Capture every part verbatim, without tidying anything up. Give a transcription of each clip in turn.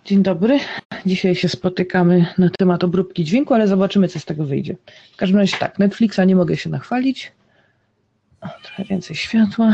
Dzień dobry. Dzisiaj się spotykamy na temat obróbki dźwięku, ale zobaczymy, co z tego wyjdzie. W każdym razie tak, Netflixa nie mogę się nachwalić. O, trochę więcej światła.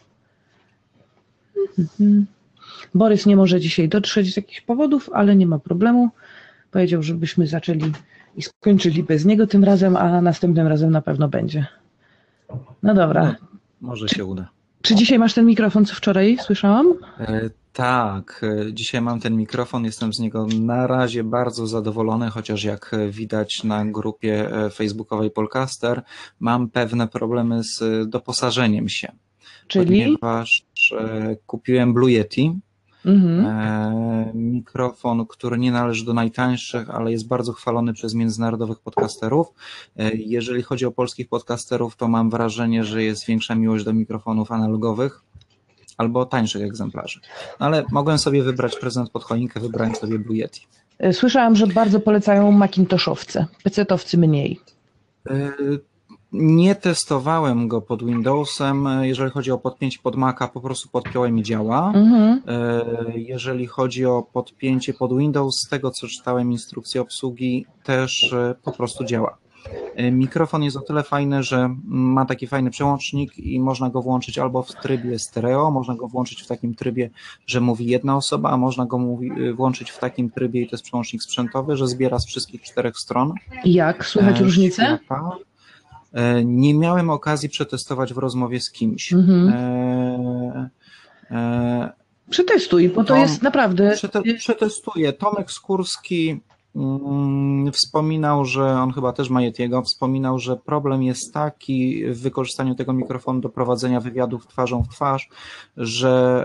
Borys nie może dzisiaj dotrzeć z jakichś powodów, ale nie ma problemu. Powiedział, żebyśmy zaczęli i skończyli bez niego tym razem, a następnym razem na pewno będzie. No dobra. No, może się uda. Czy dzisiaj masz ten mikrofon, co wczoraj słyszałam? E, tak, e, dzisiaj mam ten mikrofon, jestem z niego na razie bardzo zadowolony, chociaż jak widać na grupie facebookowej Polcaster, mam pewne problemy z doposażeniem się. Czyli? Ponieważ e, kupiłem Blue Yeti, Mhm. e, mikrofon, który nie należy do najtańszych, ale jest bardzo chwalony przez międzynarodowych podcasterów. E, jeżeli chodzi o polskich podcasterów, to mam wrażenie, że jest większa miłość do mikrofonów analogowych albo tańszych egzemplarzy. No, ale mogłem sobie wybrać prezent pod choinkę, wybrałem sobie Blue Yeti. Słyszałam, że bardzo polecają Macintoshowce, pecetowcy mniej. E, Nie testowałem go pod Windowsem, jeżeli chodzi o podpięcie pod Maca, po prostu podpiąłem i działa. Mhm. Jeżeli chodzi o podpięcie pod Windows, z tego co czytałem instrukcję obsługi, też po prostu działa. Mikrofon jest o tyle fajny, że ma taki fajny przełącznik i można go włączyć albo w trybie stereo, można go włączyć w takim trybie, że mówi jedna osoba, a można go mówi, włączyć w takim trybie, i to jest przełącznik sprzętowy, że zbiera z wszystkich czterech stron. I jak? Słychać różnicę? Świata. Nie miałem okazji przetestować w rozmowie z kimś. Mhm. E, e, Przetestuj, bo to Tom, jest naprawdę... Przete, przetestuję. Tomek Skórski mm, wspominał, że on chyba też ma Yetiego, wspominał, że problem jest taki w wykorzystaniu tego mikrofonu do prowadzenia wywiadów twarzą w twarz, że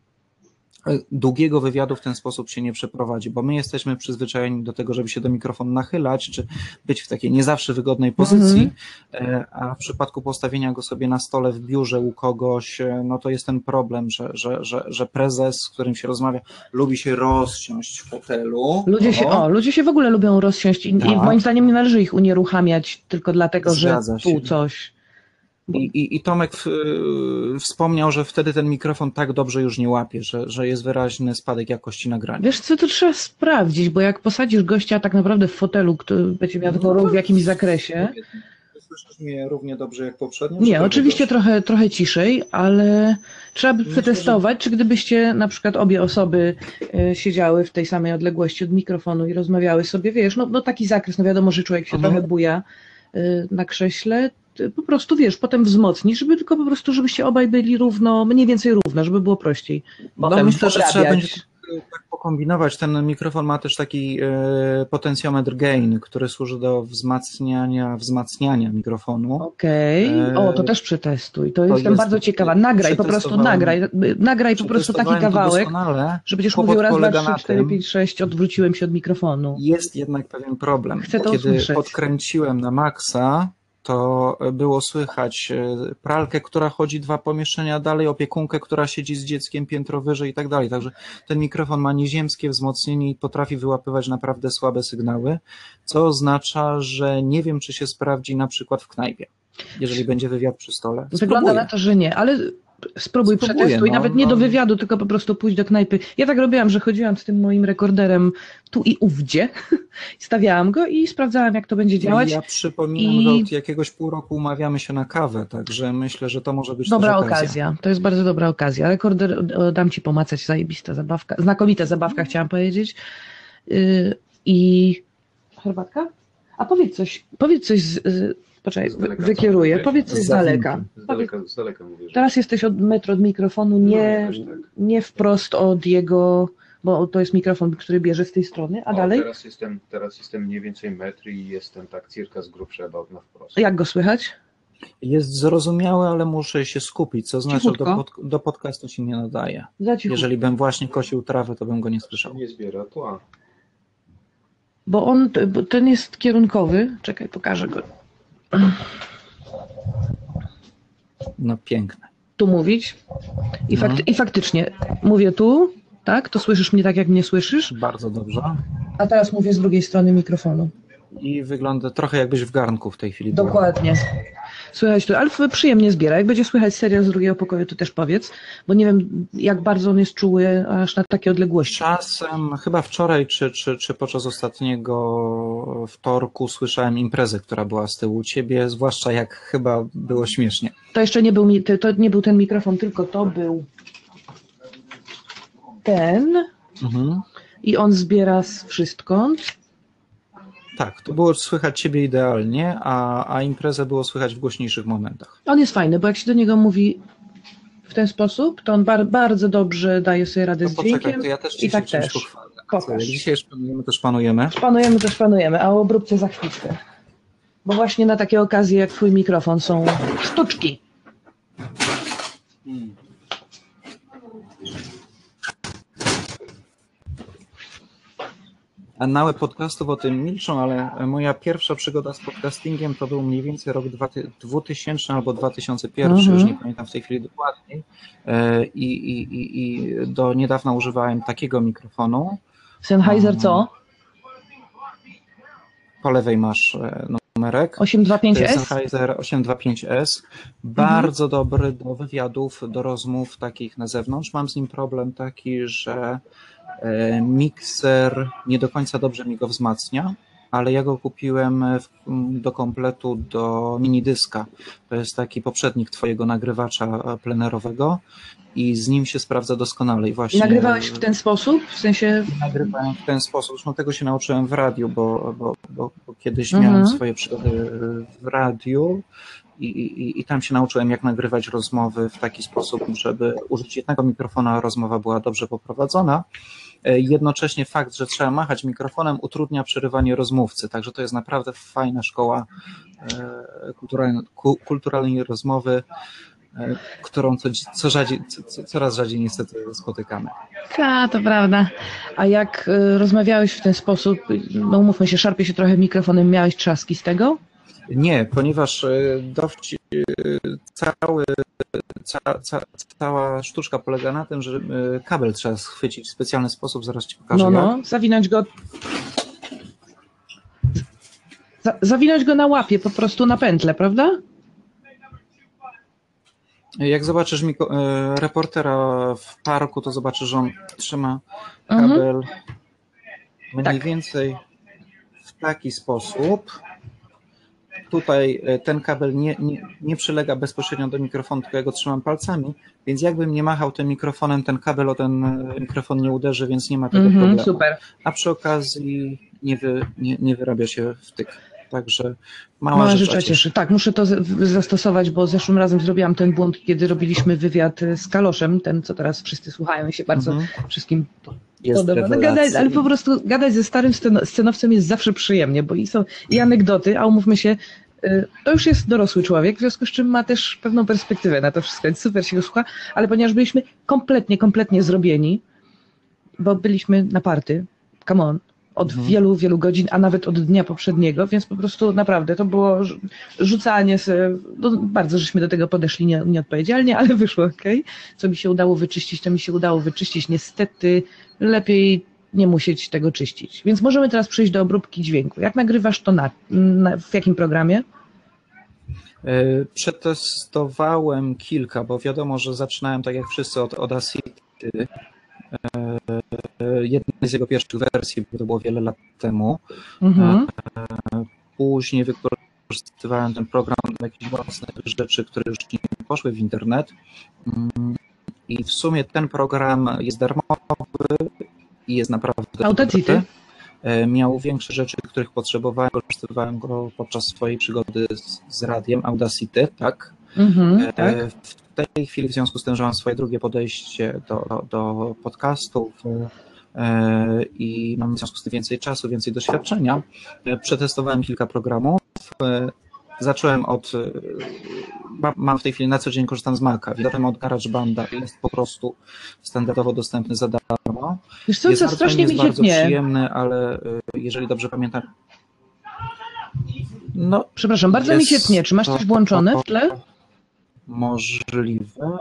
długiego wywiadu w ten sposób się nie przeprowadzi, bo my jesteśmy przyzwyczajeni do tego, żeby się do mikrofonu nachylać, czy być w takiej nie zawsze wygodnej pozycji, mm-hmm. a w przypadku postawienia go sobie na stole w biurze u kogoś, no to jest ten problem, że, że, że, że prezes, z którym się rozmawia, lubi się rozsiąść w fotelu. Ludzie się, o, ludzie się w ogóle lubią rozsiąść i, tak. i moim zdaniem nie należy ich unieruchamiać tylko dlatego, Zgadza że tu się. coś... I, i, I Tomek w, wspomniał, że wtedy ten mikrofon tak dobrze już nie łapie, że, że jest wyraźny spadek jakości nagrania. Wiesz co, to trzeba sprawdzić, bo jak posadzisz gościa tak naprawdę w fotelu, który będzie miał tylko ruch w jakimś zakresie... Słyszysz mnie równie dobrze jak poprzednio? Nie, oczywiście trochę, trochę ciszej, ale trzeba by przetestować, czy gdybyście na przykład obie osoby siedziały w tej samej odległości od mikrofonu i rozmawiały sobie, wiesz, no, no taki zakres, no wiadomo, że człowiek się mhm. trochę buja na krześle, po prostu wiesz, potem wzmocnić, żeby tylko po prostu, żebyście obaj byli równo, mniej więcej równo, żeby było prościej. No myślę, że trzeba będzie tak pokombinować. Ten mikrofon ma też taki e, potencjometr gain, który służy do wzmacniania, wzmacniania mikrofonu. Okej, okay. O, to też przetestuj, to, to jestem jest, bardzo ciekawa. Nagraj, po prostu nagraj, nagraj po prostu taki kawałek, że będziesz mówił raz, dwa, trzy, cztery, pięć, sześć, odwróciłem się od mikrofonu. Jest jednak pewien problem. Chcę to Kiedy usłyszeć. podkręciłem na maksa, to było słychać pralkę, która chodzi dwa pomieszczenia dalej, opiekunkę, która siedzi z dzieckiem piętro wyżej i tak dalej. Także ten mikrofon ma nieziemskie wzmocnienie i potrafi wyłapywać naprawdę słabe sygnały, co oznacza, że nie wiem, czy się sprawdzi na przykład w knajpie, jeżeli będzie wywiad przy stole. Wygląda Spróbuję. na to, że nie, ale spróbuj, Spróbuję, przetestuj, no, nawet nie no. do wywiadu, tylko po prostu pójść do knajpy. Ja tak robiłam, że chodziłam z tym moim rekorderem tu i ówdzie, stawiałam go i sprawdzałam, jak to będzie działać. Ja przypominam, I... że od jakiegoś pół roku umawiamy się na kawę, także myślę, że to może być dobra też okazja. okazja. To jest bardzo dobra okazja. Rekorder dam ci pomacać, zajebista zabawka, znakomita zabawka, chciałam powiedzieć. Yy, I herbatka? A powiedz coś, powiedz coś z... z... Poczekaj, wykieruję. Powiedz coś z daleka. Z daleka, z daleka mówię, że... Teraz jesteś od metr od mikrofonu, nie, no, tak. nie wprost od jego, bo to jest mikrofon, który bierze z tej strony, a o, dalej? Teraz jestem, teraz jestem mniej więcej metr i jestem tak cirka z grubsza about na wprost. Jak go słychać? Jest zrozumiałe, ale muszę się skupić, co znaczy do, pod, do podcastu się nie nadaje. Jeżeli bym właśnie kosił trawę, to bym go nie słyszał. Nie zbiera tła. Bo on, bo ten jest kierunkowy. Czekaj, pokażę go. No piękne. Tu mówić i, fakty, no. i faktycznie mówię tu, tak? To słyszysz mnie tak, jak mnie słyszysz? Bardzo dobrze. A teraz mówię z drugiej strony mikrofonu. I wygląda trochę jakbyś w garnku w tej chwili. Dokładnie. Była. słychać to, ale przyjemnie zbiera. Jak będzie słychać serial z drugiego pokoju, to też powiedz, bo nie wiem, jak bardzo on jest czuły aż na takie odległości. Czasem, chyba wczoraj, czy, czy, czy podczas ostatniego wtorku słyszałem imprezę, która była z tyłu u ciebie, zwłaszcza jak chyba było śmiesznie. To jeszcze nie był, mi- to nie był ten mikrofon, tylko to był ten Mhm. i on zbiera z wszystkąd. Tak, to było słychać ciebie idealnie, a, a imprezę było słychać w głośniejszych momentach. On jest fajny, bo jak się do niego mówi w ten sposób, to on bar- bardzo dobrze daje sobie radę No z poczekaj, dźwiękiem. to ja też I ci się tak czymś też. pochwalę. Pokaż. Jak dzisiaj szpanujemy, to szpanujemy. Szpanujemy, to szpanujemy, a o obróbce za chwilkę. Bo właśnie na takie okazje jak twój mikrofon są sztuczki. Hmm. Annały podcastów o tym milczą, ale moja pierwsza przygoda z podcastingiem to był mniej więcej rok dwutysięczny albo dwa tysiące pierwszy, Mhm. już nie pamiętam w tej chwili dokładniej. E, I, i, i, i do niedawna używałem takiego mikrofonu. Sennheiser co? Po lewej masz e, numerek. osiemset dwadzieścia To pięć jest S? Sennheiser osiemset dwadzieścia pięć S. Bardzo dobry do wywiadów, do rozmów takich na zewnątrz. Mam z nim problem taki, że e, mikser nie do końca dobrze mi go wzmacnia, ale ja go kupiłem w, do kompletu do minidyska. To jest taki poprzednik twojego nagrywacza plenerowego i z nim się sprawdza doskonale. I I właśnie nagrywałeś w ten sposób? W sensie... nagrywałem w ten sposób. Zresztą tego się nauczyłem w radiu, bo, bo, bo, bo kiedyś Mhm. miałem swoje przygody w radiu i, i, i tam się nauczyłem, jak nagrywać rozmowy w taki sposób, żeby użyć jednego mikrofona, a rozmowa była dobrze poprowadzona. E, Jednocześnie fakt, że trzeba machać mikrofonem, utrudnia przerywanie rozmówcy, także to jest naprawdę fajna szkoła e, kulturalnej, ku, kulturalnej rozmowy, e, którą co, co rzadziej, co, coraz rzadziej niestety spotykamy. Ta, to prawda. A jak y, rozmawiałeś w ten sposób, no umówmy się, szarpie się trochę mikrofonem, miałeś trzaski z tego? Nie, ponieważ dowci, cały, ca, ca, cała sztuczka polega na tym, że kabel trzeba schwycić w specjalny sposób, zaraz ci pokażę No, jak. no, zawinąć go... Za, zawinąć go na łapie, po prostu na pętlę, prawda? Jak zobaczysz Miko, reportera w parku, to zobaczysz, że on trzyma Mhm. kabel mniej Tak. więcej w taki sposób. Tutaj ten kabel nie, nie, nie przylega bezpośrednio do mikrofonu, tylko ja go trzymam palcami, więc jakbym nie machał tym mikrofonem, ten kabel o ten mikrofon nie uderzy, więc nie ma tego Mhm, problemu. super. A przy okazji nie, wy, nie, nie wyrabia się wtyk. Także mała, Mała rzecz, rzecz, a a cieszy. cieszy. Tak, muszę to z- zastosować, bo zeszłym razem zrobiłam ten błąd, kiedy robiliśmy wywiad z Kaloszem, ten, co teraz wszyscy słuchają i się bardzo Mhm. wszystkim Jest podoba. No, rewelacja. gadać, ale po prostu gadać ze starym sceno- scenowcem jest zawsze przyjemnie, bo i są i anegdoty, a umówmy się, y, to już jest dorosły człowiek, w związku z czym ma też pewną perspektywę na to wszystko, więc super się go słucha, ale ponieważ byliśmy kompletnie, kompletnie zrobieni, bo byliśmy na party, come on, od Mhm. wielu, wielu godzin, a nawet od dnia poprzedniego, więc po prostu naprawdę to było rzu- rzucanie sobie, no bardzo żeśmy do tego podeszli nie, nieodpowiedzialnie, ale wyszło okej. Co mi się udało wyczyścić, to mi się udało wyczyścić. Niestety lepiej nie musieć tego czyścić. Więc możemy teraz przejść do obróbki dźwięku. Jak nagrywasz to na, na w jakim programie? E, Przetestowałem kilka, bo wiadomo, że zaczynałem tak jak wszyscy od Audacity. E, Jednej z jego pierwszych wersji, bo to było wiele lat temu. Mhm. Później wykorzystywałem ten program do jakichś własnych rzeczy, które już nie poszły w internet. Mm, I w sumie ten program jest darmowy i jest naprawdę Audacity? dobry. E, Miał większe rzeczy, których potrzebowałem. Wykorzystywałem go podczas swojej przygody z, z radiem Audacity, tak? Mhm, E, tak. W tej chwili, w związku z tym, że mam swoje drugie podejście do, do, do podcastów e, i mam w związku z tym więcej czasu, więcej doświadczenia, e, przetestowałem kilka programów. E, Zacząłem od, e, ma- mam w tej chwili na co dzień korzystam z Maca, zacząłem od GarageBanda, jest po prostu standardowo dostępny za darmo. Wiesz co, Jest co bardzo, strasznie jest mi bardzo cieknie. przyjemny, ale e, jeżeli dobrze pamiętam, no Przepraszam, bardzo mi jest cieknie. Czy masz to- coś włączone w tle? Możliwe.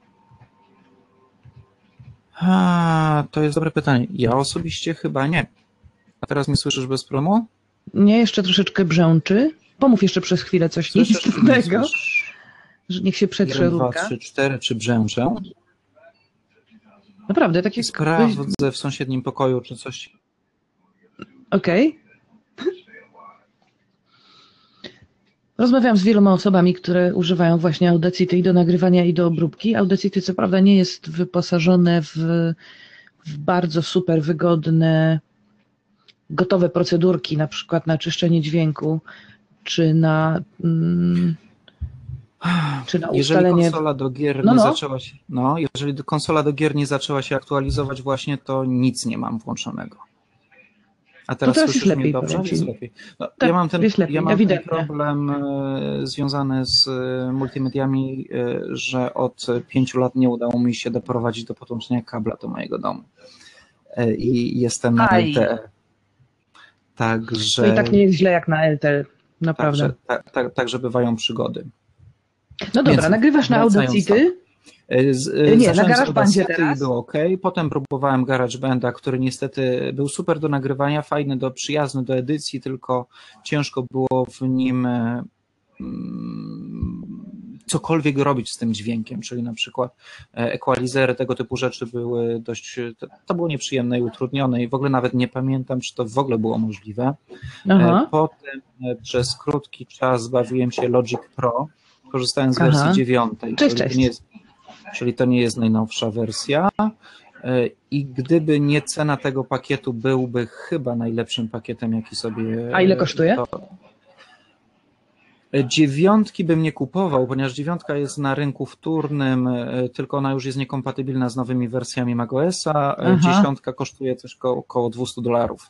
A, to jest dobre pytanie. Ja osobiście chyba nie. A teraz mnie słyszysz bez problemu? Nie, jeszcze troszeczkę brzęczy. Pomów jeszcze przez chwilę coś Słyszysz, czy nie istotnego, słyszysz? że niech się przetrze jeden, dwa, rurka. trzy, cztery, czy brzęczę? Naprawdę, tak jak... Sprawdzę w sąsiednim pokoju, czy coś... Okej. Rozmawiam z wieloma osobami, które używają właśnie Audacity i do nagrywania, i do obróbki. Audacity co prawda nie jest wyposażone w, w bardzo super wygodne, gotowe procedurki, na przykład na czyszczenie dźwięku, czy na, mm, czy na Jeżeli ustalenie... konsola do gier No, nie no. zaczęła się, no, jeżeli konsola do gier nie zaczęła się aktualizować właśnie, to nic nie mam włączonego. A teraz, teraz jest słyszysz mnie lepiej, dobrze? powiem ci. Jest lepiej. No, Tak, ja mam ten, jest lepiej, ja mam ten ewidentnie. problem e, związany z e, multimediami, e, że od pięciu lat nie udało mi się doprowadzić do podłączenia kabla do mojego domu. E, I jestem na Aj. L T E. Także, To i tak nie jest źle jak na L T E, naprawdę. także, tak, tak, także bywają przygody. No dobra, Więc nagrywasz na wracając Audacity? Z, Nie, zacząłem na z GarageBandzie Audacity teraz? i było ok. Potem próbowałem GarageBanda, który niestety był super do nagrywania, fajny, do, przyjazny do edycji, tylko ciężko było w nim mm, cokolwiek robić z tym dźwiękiem, czyli na przykład equalizery, tego typu rzeczy były dość, to, to było nieprzyjemne i utrudnione i w ogóle nawet nie pamiętam, czy to w ogóle było możliwe. Aha. Potem przez krótki czas bawiłem się Logic Pro, korzystając z Aha. wersji dziewiątej. Cześć, czyli cześć. to nie jest, czyli to nie jest najnowsza wersja. I gdyby nie cena tego pakietu, byłby chyba najlepszym pakietem, jaki sobie... A ile kosztuje? To... Dziewiątki bym nie kupował, ponieważ dziewiątka jest na rynku wtórnym, tylko ona już jest niekompatybilna z nowymi wersjami macOSa. Aha. Dziesiątka kosztuje coś koło, koło dwieście dolarów.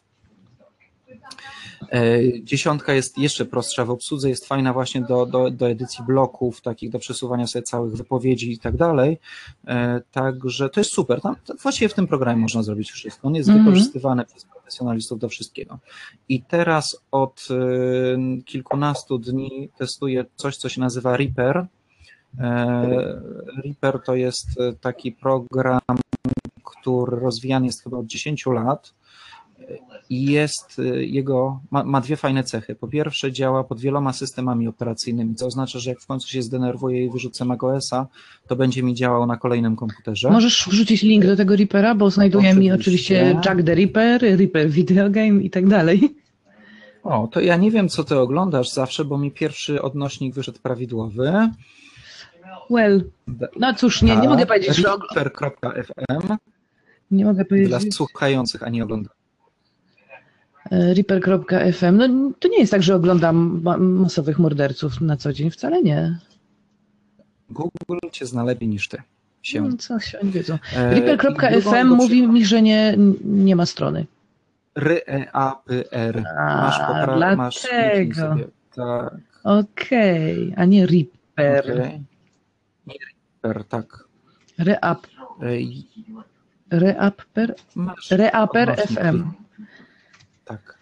Dziesiątka jest jeszcze prostsza w obsłudze, jest fajna właśnie do, do, do edycji bloków, takich do przesuwania sobie całych wypowiedzi i tak dalej. Także to jest super. Tam, właściwie w tym programie można zrobić wszystko. On jest Mhm. wykorzystywany przez profesjonalistów do wszystkiego. I teraz od y, kilkunastu dni testuję coś, co się nazywa Reaper. E, Reaper to jest taki program, który rozwijany jest chyba od dziesięciu lat. I jest jego, ma, ma dwie fajne cechy. Po pierwsze, działa pod wieloma systemami operacyjnymi, co oznacza, że jak w końcu się zdenerwuję i wyrzucę macOSa, to będzie mi działał na kolejnym komputerze. Możesz wrzucić link do tego Reapera, bo znajduje mi oczywiście Jack the Ripper, Reaper Video Game i tak dalej. O, to ja nie wiem, co ty oglądasz zawsze, bo mi pierwszy odnośnik wyszedł prawidłowy. Well, no cóż, nie, nie mogę powiedzieć, że oglądam. Reaper kropka f m Nie mogę dla powiedzieć. słuchających, a nie oglądających. Reaper kropka f m. No to nie jest tak, że oglądam ma- masowych morderców na co dzień, wcale nie. Google cię zna lepiej niż ty. Się. No, co się oni wiedzą. E, Reaper kropka f m drugą do mówi mi, że nie, nie ma strony. R-E-A-P-R. A, Masz poprawę, masz dlatego. sobie. Tak. Okej, a nie Reaper. Okay. Nie Reaper, tak. Reap, Ej, Reaper, Masz Reaper odnośnik. f m. Tak.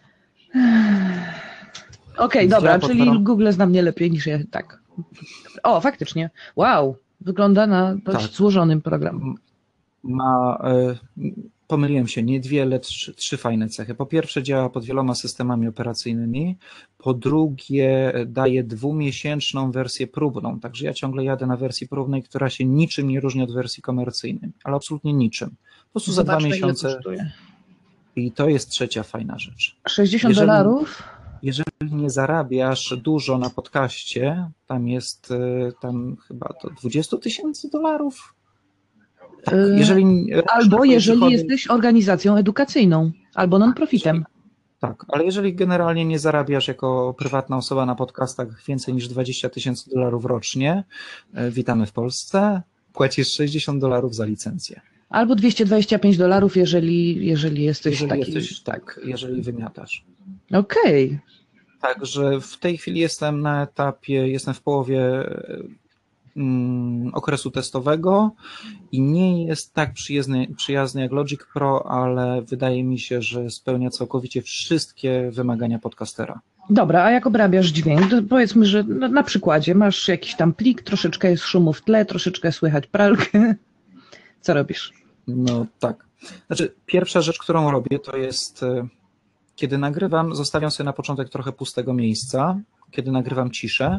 Okej, Działa dobra, pod czyli parą- Google zna mnie lepiej niż ja. Tak. O, faktycznie. Wow, wygląda na dość Tak. złożonym program. Ma, e, pomyliłem się, nie dwie, lecz trzy, trzy fajne cechy. Po pierwsze, działa pod wieloma systemami operacyjnymi. Po drugie, daje dwumiesięczną wersję próbną. Także ja ciągle jadę na wersji próbnej, która się niczym nie różni od wersji komercyjnej, ale absolutnie niczym. Po prostu za dwa Zobaczmy, ile miesiące. kosztuje. I to jest trzecia fajna rzecz. sześćdziesiąt Jeżeli- dolarów? Jeżeli nie zarabiasz dużo na podcaście, tam jest y, tam chyba to dwadzieścia tysięcy dolarów. Tak, Y, jeżeli Albo twoje jeżeli przychody- jesteś organizacją edukacyjną, albo non-profitem. Tak, ale jeżeli generalnie nie zarabiasz jako prywatna osoba na podcastach więcej niż dwadzieścia tysięcy dolarów rocznie, y, witamy w Polsce, płacisz sześćdziesiąt dolarów za licencję. Albo dwieście dwadzieścia pięć dolarów, jeżeli, jeżeli jesteś Jeżeli taki... jesteś, tak, jeżeli wymiatasz. Okej. Także w tej chwili jestem na etapie, jestem w połowie mm, okresu testowego i nie jest tak przyjazny, przyjazny jak Logic Pro, ale wydaje mi się, że spełnia całkowicie wszystkie wymagania podcastera. Dobra, a jak obrabiasz dźwięk? To powiedzmy, że na, na przykładzie masz jakiś tam plik, troszeczkę jest szumu w tle, troszeczkę słychać pralkę. Co robisz? No tak. Znaczy, pierwsza rzecz, którą robię, to jest, e, kiedy nagrywam, zostawiam sobie na początek trochę pustego miejsca, kiedy nagrywam ciszę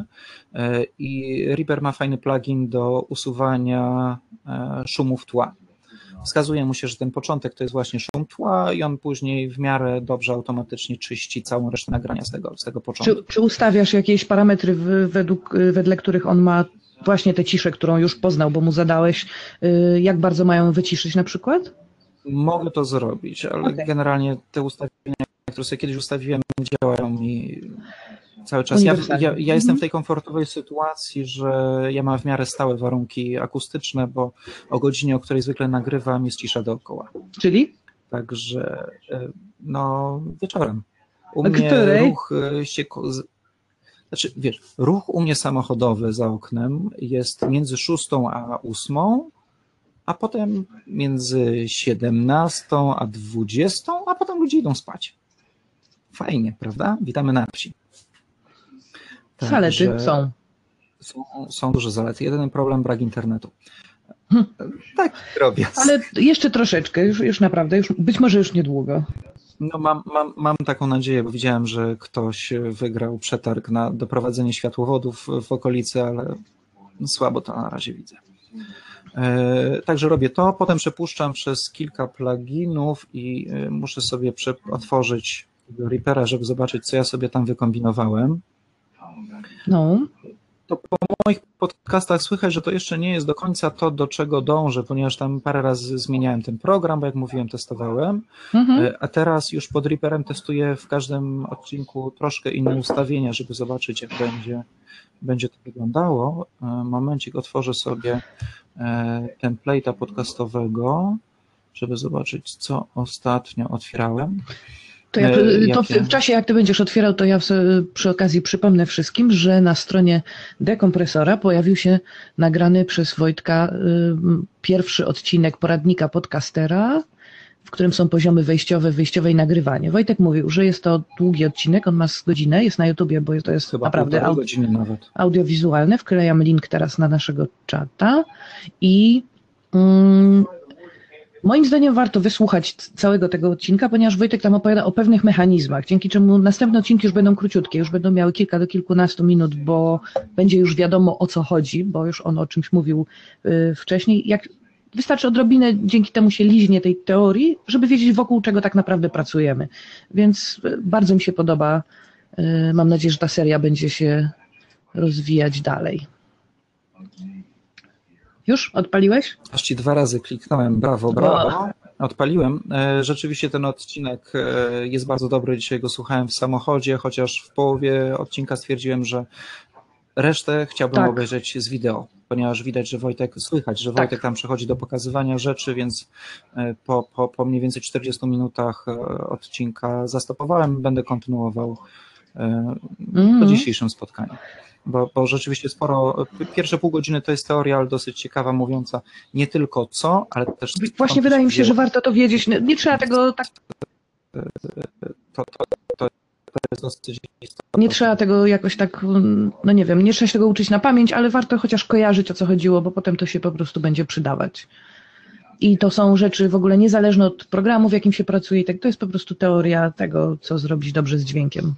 i Reaper ma fajny plugin do usuwania szumów tła. Wskazuje mu się, że ten początek to jest właśnie szum tła i on później w miarę dobrze automatycznie czyści całą resztę nagrania z tego, z tego początku. Czy, czy ustawiasz jakieś parametry, według, wedle których on ma właśnie tę ciszę, którą już poznał, bo mu zadałeś, jak bardzo mają wyciszyć na przykład? Mogę to zrobić, ale okay. Generalnie te ustawienia, które sobie kiedyś ustawiłem, działają mi cały czas. Ja, ja, ja jestem w tej komfortowej sytuacji, że ja mam w miarę stałe warunki akustyczne, bo o godzinie, o której zwykle nagrywam, jest cisza dookoła. Czyli? Także no wieczorem. U a mnie której? ruch się... Znaczy, wiesz, ruch u mnie samochodowy za oknem jest między szóstą a ósmą, a potem między siedemnastą a dwudziestą, a potem ludzie idą spać. Fajnie, prawda? Witamy na wsi. Zalety są. są. Są duże zalety. Jedyny problem, brak internetu. Hm. Tak robię. Ale jeszcze troszeczkę, już, już naprawdę, już, być może już niedługo. No mam, mam, mam taką nadzieję, bo widziałem, że ktoś wygrał przetarg na doprowadzenie światłowodów w okolicy, ale słabo to na razie widzę. Także robię to, potem przepuszczam przez kilka pluginów i muszę sobie otworzyć Reapera, żeby zobaczyć, co ja sobie tam wykombinowałem. No. To po moich podcastach słychać, że to jeszcze nie jest do końca to, do czego dążę, ponieważ tam parę razy zmieniałem ten program, bo jak mówiłem, testowałem, mhm. a teraz już pod Reaperem testuję w każdym odcinku troszkę inne ustawienia, żeby zobaczyć, jak będzie, będzie to wyglądało. Momencik, otworzę sobie template'a podcastowego, żeby zobaczyć, co ostatnio otwierałem. To, ja, to w, w czasie, jak ty będziesz otwierał, to ja przy okazji przypomnę wszystkim, że na stronie Dekompresora pojawił się nagrany przez Wojtka pierwszy odcinek poradnika podcastera, w którym są poziomy wejściowe, wyjściowe i nagrywanie. Wojtek mówił, że jest to długi odcinek, on ma z godzinę, jest na YouTubie, bo to jest chyba naprawdę aud- godziny nawet. audiowizualne. Wklejam link teraz na naszego czata i mm, moim zdaniem warto wysłuchać całego tego odcinka, ponieważ Wojtek tam opowiada o pewnych mechanizmach, dzięki czemu następne odcinki już będą króciutkie, już będą miały kilka do kilkunastu minut, bo będzie już wiadomo, o co chodzi, bo już on o czymś mówił y, wcześniej. Jak wystarczy odrobinę, dzięki temu się liźnie tej teorii, żeby wiedzieć, wokół czego tak naprawdę pracujemy. Więc y, bardzo mi się podoba. Y, mam nadzieję, że ta seria będzie się rozwijać dalej. Już? Odpaliłeś? Aż ci dwa razy kliknąłem, brawo, brawo. Odpaliłem. Rzeczywiście ten odcinek jest bardzo dobry, dzisiaj go słuchałem w samochodzie, chociaż w połowie odcinka stwierdziłem, że resztę chciałbym tak. obejrzeć z wideo, ponieważ widać, że Wojtek, słychać, że Wojtek tak. tam przechodzi do pokazywania rzeczy, więc po, po, po mniej więcej czterdziestu minutach odcinka zastopowałem, będę kontynuował mm-hmm. po dzisiejszym spotkaniu. Bo, bo rzeczywiście sporo, pierwsze pół godziny to jest teoria, ale dosyć ciekawa, mówiąca nie tylko co, ale też... Właśnie wydaje mi się, że warto to wiedzieć, nie, nie trzeba tego tak... To, to, to, to jest dosyć istotne. Nie trzeba tego jakoś tak, no nie wiem, nie trzeba się tego uczyć na pamięć, ale warto chociaż kojarzyć, o co chodziło, bo potem to się po prostu będzie przydawać. I to są rzeczy w ogóle niezależne od programu, w jakim się pracuje, tak, to jest po prostu teoria tego, co zrobić dobrze z dźwiękiem.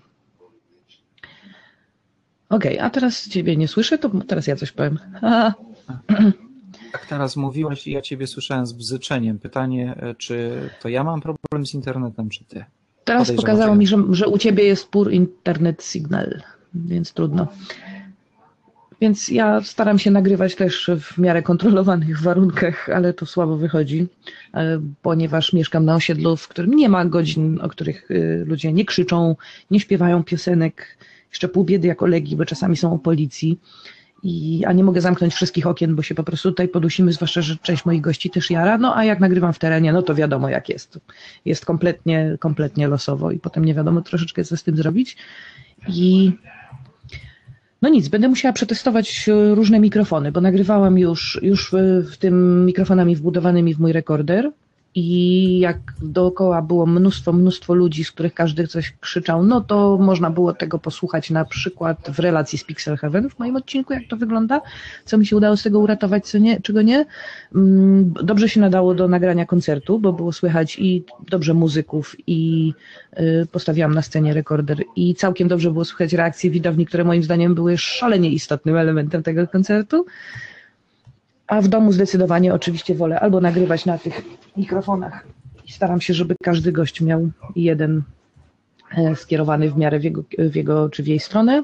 Okej, okay, a teraz ciebie nie słyszę, to teraz ja coś powiem. Jak teraz mówiłeś i ja ciebie słyszałem z bzyczeniem. Pytanie, czy to ja mam problem z internetem, czy ty? Teraz pokazało mi, że, że u ciebie jest poor internet signal, więc trudno. Więc ja staram się nagrywać też w miarę kontrolowanych warunkach, ale to słabo wychodzi, ponieważ mieszkam na osiedlu, w którym nie ma godzin, o których ludzie nie krzyczą, nie śpiewają piosenek. Jeszcze pół biedy jako legi, bo czasami są o policji, i, a nie mogę zamknąć wszystkich okien, bo się po prostu tutaj podusimy, zwłaszcza, że część moich gości też jara, no a jak nagrywam w terenie, no to wiadomo jak jest. Jest kompletnie, kompletnie losowo i potem nie wiadomo troszeczkę co z tym zrobić. I no nic, będę musiała przetestować różne mikrofony, bo nagrywałam już, już w, w tym mikrofonami wbudowanymi w mój rekorder i jak dookoła było mnóstwo, mnóstwo ludzi, z których każdy coś krzyczał, no to można było tego posłuchać na przykład w relacji z Pixel Heaven w moim odcinku, jak to wygląda, co mi się udało z tego uratować, co nie, czego nie. Dobrze się nadało do nagrania koncertu, bo było słychać i dobrze muzyków, i postawiłam na scenie rekorder i całkiem dobrze było słychać reakcje widowni, które moim zdaniem były szalenie istotnym elementem tego koncertu. A w domu zdecydowanie oczywiście wolę albo nagrywać na tych mikrofonach i staram się, żeby każdy gość miał jeden skierowany w miarę w jego, w jego czy w jej stronę.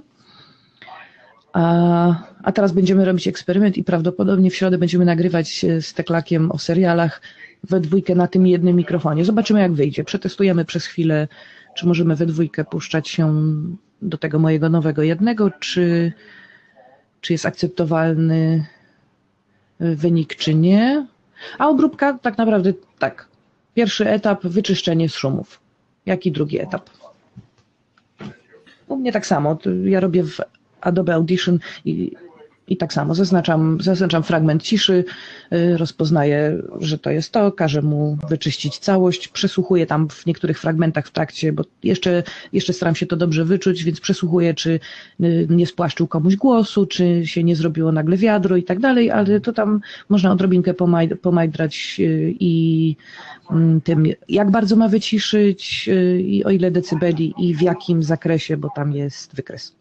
A, a teraz będziemy robić eksperyment i prawdopodobnie w środę będziemy nagrywać z Teklakiem o serialach we dwójkę na tym jednym mikrofonie. Zobaczymy, jak wyjdzie. Przetestujemy przez chwilę, czy możemy we dwójkę puszczać się do tego mojego nowego jednego, czy, czy jest akceptowalny wynik, czy nie. A obróbka tak naprawdę tak. Pierwszy etap wyczyszczenie z szumów. Jak i drugi etap. U mnie tak samo. Ja robię w Adobe Audition i, i tak samo. Zaznaczam, zaznaczam fragment ciszy, rozpoznaję, że to jest to, każę mu wyczyścić całość, przesłuchuję tam w niektórych fragmentach w trakcie, bo jeszcze, jeszcze staram się to dobrze wyczuć, więc przesłuchuję, czy nie spłaszczył komuś głosu, czy się nie zrobiło nagle wiadro i tak dalej, ale to tam można odrobinkę pomaj, pomajdrać i tym, jak bardzo ma wyciszyć i o ile decybeli i w jakim zakresie, bo tam jest wykres.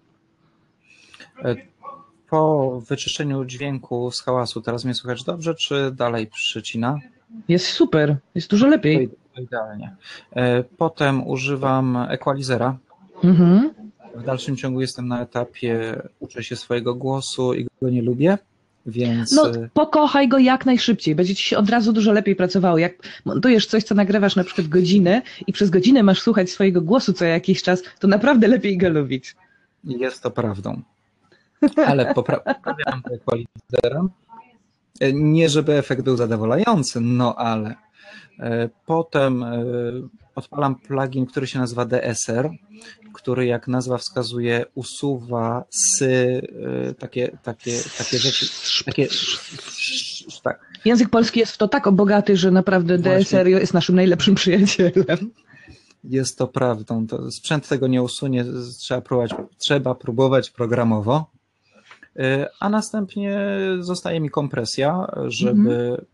Po wyczyszczeniu dźwięku z hałasu teraz mnie słychać dobrze, czy dalej przycina? Jest super, jest dużo lepiej. To idealnie. Potem używam equalizera. Mhm. W dalszym ciągu jestem na etapie uczę się swojego głosu i go nie lubię, więc... No pokochaj go jak najszybciej, będzie ci się od razu dużo lepiej pracowało. Jak montujesz coś, co nagrywasz na przykład godzinę i przez godzinę masz słuchać swojego głosu co jakiś czas, to naprawdę lepiej go lubić. Jest to prawdą. Ale poprawiam to equalizerem. Nie, żeby efekt był zadowalający, no ale potem odpalam plugin, który się nazywa D S R, który jak nazwa wskazuje usuwa sy, takie, takie, takie rzeczy, takie, tak. Język polski jest w to tak bogaty, że naprawdę D S R jest naszym najlepszym przyjacielem. Jest to prawdą. To sprzęt tego nie usunie, trzeba próbować, trzeba próbować programowo. A następnie zostaje mi kompresja, żeby, mm-hmm.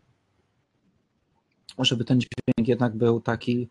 żeby ten dźwięk jednak był taki.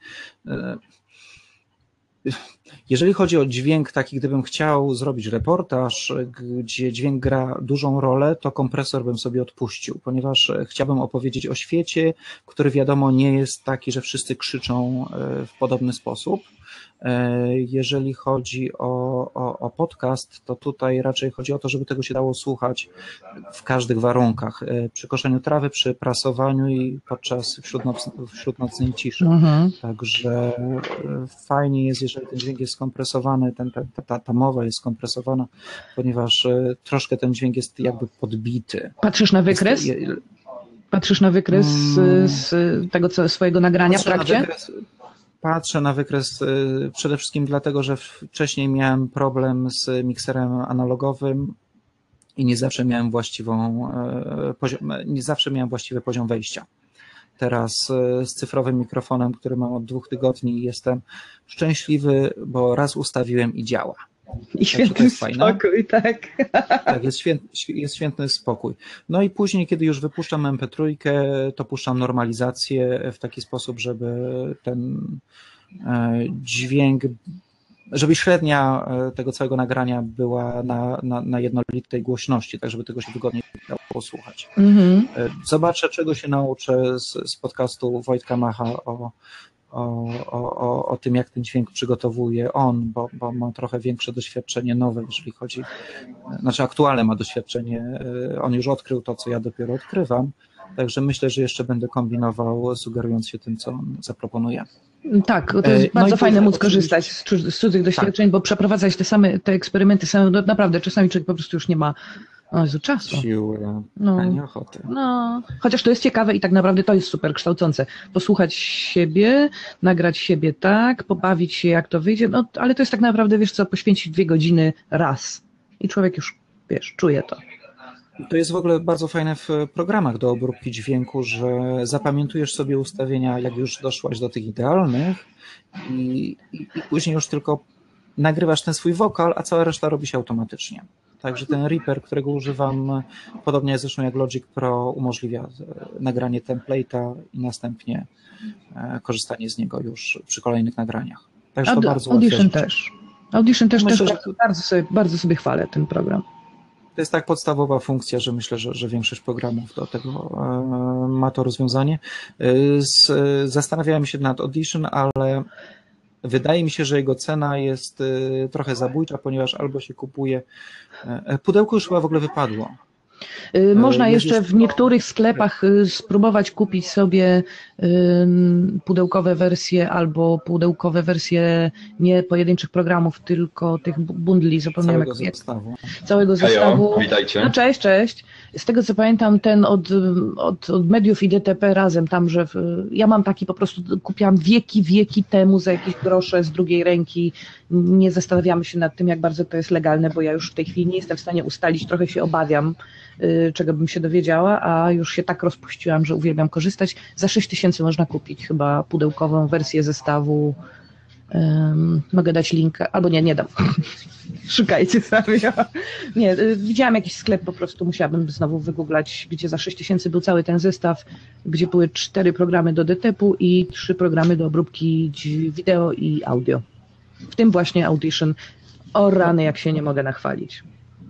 Jeżeli chodzi o dźwięk taki, gdybym chciał zrobić reportaż, gdzie dźwięk gra dużą rolę, to kompresor bym sobie odpuścił, ponieważ chciałbym opowiedzieć o świecie, który wiadomo nie jest taki, że wszyscy krzyczą w podobny sposób. Jeżeli chodzi o, o, o podcast, to tutaj raczej chodzi o to, żeby tego się dało słuchać w każdych warunkach. Przy koszeniu trawy, przy prasowaniu i podczas wśródnoc, wśródnocnej ciszy. Mhm. Także fajnie jest, jeżeli ten dźwięk jest skompresowany, ten, ta, ta, ta mowa jest skompresowana, ponieważ troszkę ten dźwięk jest jakby podbity. Patrzysz na wykres? Jest, Patrzysz na wykres z, z tego co, swojego nagrania w trakcie? Patrzę na wykres przede wszystkim dlatego, że wcześniej miałem problem z mikserem analogowym i nie zawsze miałem właściwą poziom, nie zawsze miałem właściwy poziom wejścia. Teraz z cyfrowym mikrofonem, który mam od dwóch tygodni, jestem szczęśliwy, bo raz ustawiłem i działa. I świetny spokój, tak. Tak, jest, święt, jest świetny spokój. No i później, kiedy już wypuszczam em pe trzy, to puszczam normalizację w taki sposób, żeby ten dźwięk, żeby średnia tego całego nagrania była na, na, na jednolitej głośności, tak żeby tego się wygodnie dało słuchać. Mm-hmm. Zobaczę, czego się nauczę z, z podcastu Wojtka Macha o O, o, o tym, jak ten dźwięk przygotowuje on, bo, bo ma trochę większe doświadczenie nowe, jeżeli chodzi, znaczy aktualne ma doświadczenie, on już odkrył to, co ja dopiero odkrywam, także myślę, że jeszcze będę kombinował, sugerując się tym, co on zaproponuje. Tak, to jest no bardzo fajne móc korzystać z, z cudzych doświadczeń, tak. Bo przeprowadzać te same te eksperymenty same, no naprawdę czasami człowiek po prostu już nie ma o Jezu, czasu. Siły, no, ani ochoty. No, chociaż to jest ciekawe i tak naprawdę to jest super kształcące. Posłuchać siebie, nagrać siebie tak, pobawić się jak to wyjdzie, no ale to jest tak naprawdę, wiesz co, poświęcić dwie godziny raz i człowiek już, wiesz, czuje to. To jest w ogóle bardzo fajne w programach do obróbki dźwięku, że zapamiętujesz sobie ustawienia, jak już doszłaś do tych idealnych i, i, i później już tylko nagrywasz ten swój wokal, a cała reszta robi się automatycznie. Także ten Reaper, którego używam, podobnie zresztą jak Logic Pro, umożliwia nagranie template'a i następnie korzystanie z niego już przy kolejnych nagraniach. Także to Aud- bardzo Audition ułatwia też. Audition też, Myślę, też że- bardzo, sobie, bardzo sobie chwalę ten program. To jest tak podstawowa funkcja, że myślę, że, że większość programów do tego e, ma to rozwiązanie. E, z, zastanawiałem się nad Audition, ale wydaje mi się, że jego cena jest e, trochę zabójcza, ponieważ albo się kupuje. E, pudełko już chyba w ogóle wypadło. Y, Można jest jeszcze już- w niektórych sklepach y, spróbować kupić sobie y, pudełkowe wersje albo pudełkowe wersje nie pojedynczych programów, tylko tych bu- bundli, zapomniałem Całego jak, jak, zestawu. całego zestawu. Hejo, witajcie. No cześć, cześć. Z tego co pamiętam, ten od, od, od mediów i D T P razem tam, że w, ja mam taki po prostu, kupiłam wieki, wieki temu za jakieś grosze z drugiej ręki. Nie zastanawiamy się nad tym, jak bardzo to jest legalne, bo ja już w tej chwili nie jestem w stanie ustalić, trochę się obawiam, y, czego bym się dowiedziała, a już się tak rozpuściłam, że uwielbiam korzystać. Za sześć tysięcy można kupić chyba pudełkową wersję zestawu. Um, mogę dać linkę, albo nie, nie dam. Szukajcie sami. Nie, y, widziałam jakiś sklep, po prostu musiałabym znowu wygooglać, gdzie za sześć tysięcy był cały ten zestaw, gdzie były cztery programy do D T P-u i trzy programy do obróbki dź- wideo i audio. W tym właśnie Audition. O rany, jak się nie mogę nachwalić.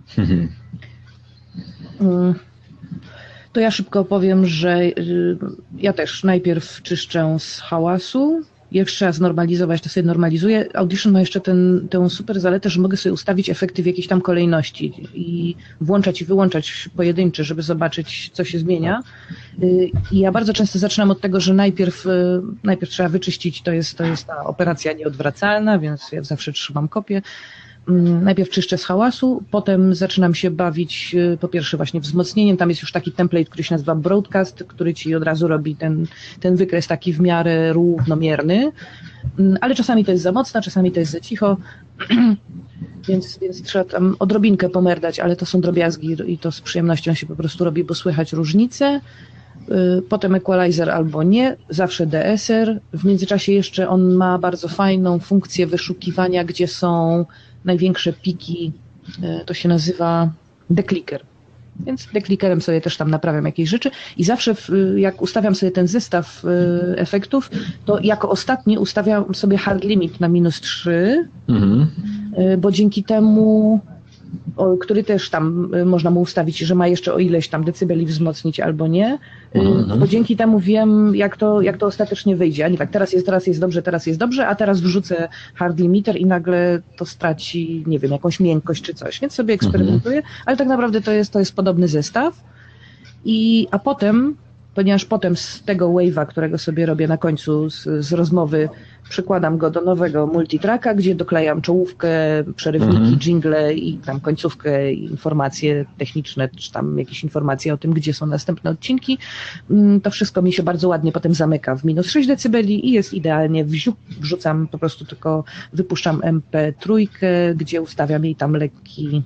Mm. To ja szybko powiem, że y, ja też najpierw czyszczę z hałasu. Jak trzeba znormalizować, to sobie normalizuję. Audition ma jeszcze ten, tę super zaletę, że mogę sobie ustawić efekty w jakiejś tam kolejności i włączać i wyłączać pojedyncze, żeby zobaczyć, co się zmienia. Y, I ja bardzo często zaczynam od tego, że najpierw, y, najpierw trzeba wyczyścić, to jest, to jest ta operacja nieodwracalna, więc ja zawsze trzymam kopię. Mm, Najpierw czyszczę z hałasu, potem zaczynam się bawić y, po pierwsze właśnie wzmocnieniem. Tam jest już taki template, który się nazywa Broadcast, który ci od razu robi ten, ten wykres taki w miarę równomierny, Mm, ale czasami to jest za mocno, czasami to jest za cicho, więc, więc trzeba tam odrobinkę pomerdać, ale to są drobiazgi i to z przyjemnością się po prostu robi, bo słychać różnice. Y, Potem equalizer albo nie, zawsze D S R. W międzyczasie jeszcze on ma bardzo fajną funkcję wyszukiwania, gdzie są największe piki, y, to się nazywa declicker. Więc declickerem sobie też tam naprawiam jakieś rzeczy i zawsze w, y, jak ustawiam sobie ten zestaw y, efektów, to jako ostatni ustawiam sobie hard limit na minus trzy, Mhm. y, bo dzięki temu, o, który też tam y, można mu ustawić, że ma jeszcze o ileś tam decybeli wzmocnić albo nie, y, Mhm. bo dzięki temu wiem, jak to, jak to ostatecznie wyjdzie. A nie tak, teraz jest, teraz jest dobrze, teraz jest dobrze, a teraz wrzucę hard limiter i nagle to straci, nie wiem, jakąś miękkość czy coś, więc sobie eksperymentuję, ale tak naprawdę to jest, to jest podobny zestaw. I, a potem, ponieważ potem z tego wave'a, którego sobie robię na końcu z, z rozmowy, przykładam go do nowego multitracka, gdzie doklejam czołówkę, przerywniki, Mhm. jingle i tam końcówkę, i informacje techniczne, czy tam jakieś informacje o tym, gdzie są następne odcinki. Mm, To wszystko mi się bardzo ładnie potem zamyka w minus sześć decybeli i jest idealnie. Wziu, wrzucam po prostu tylko, wypuszczam M P trzy, gdzie ustawiam jej tam lekki.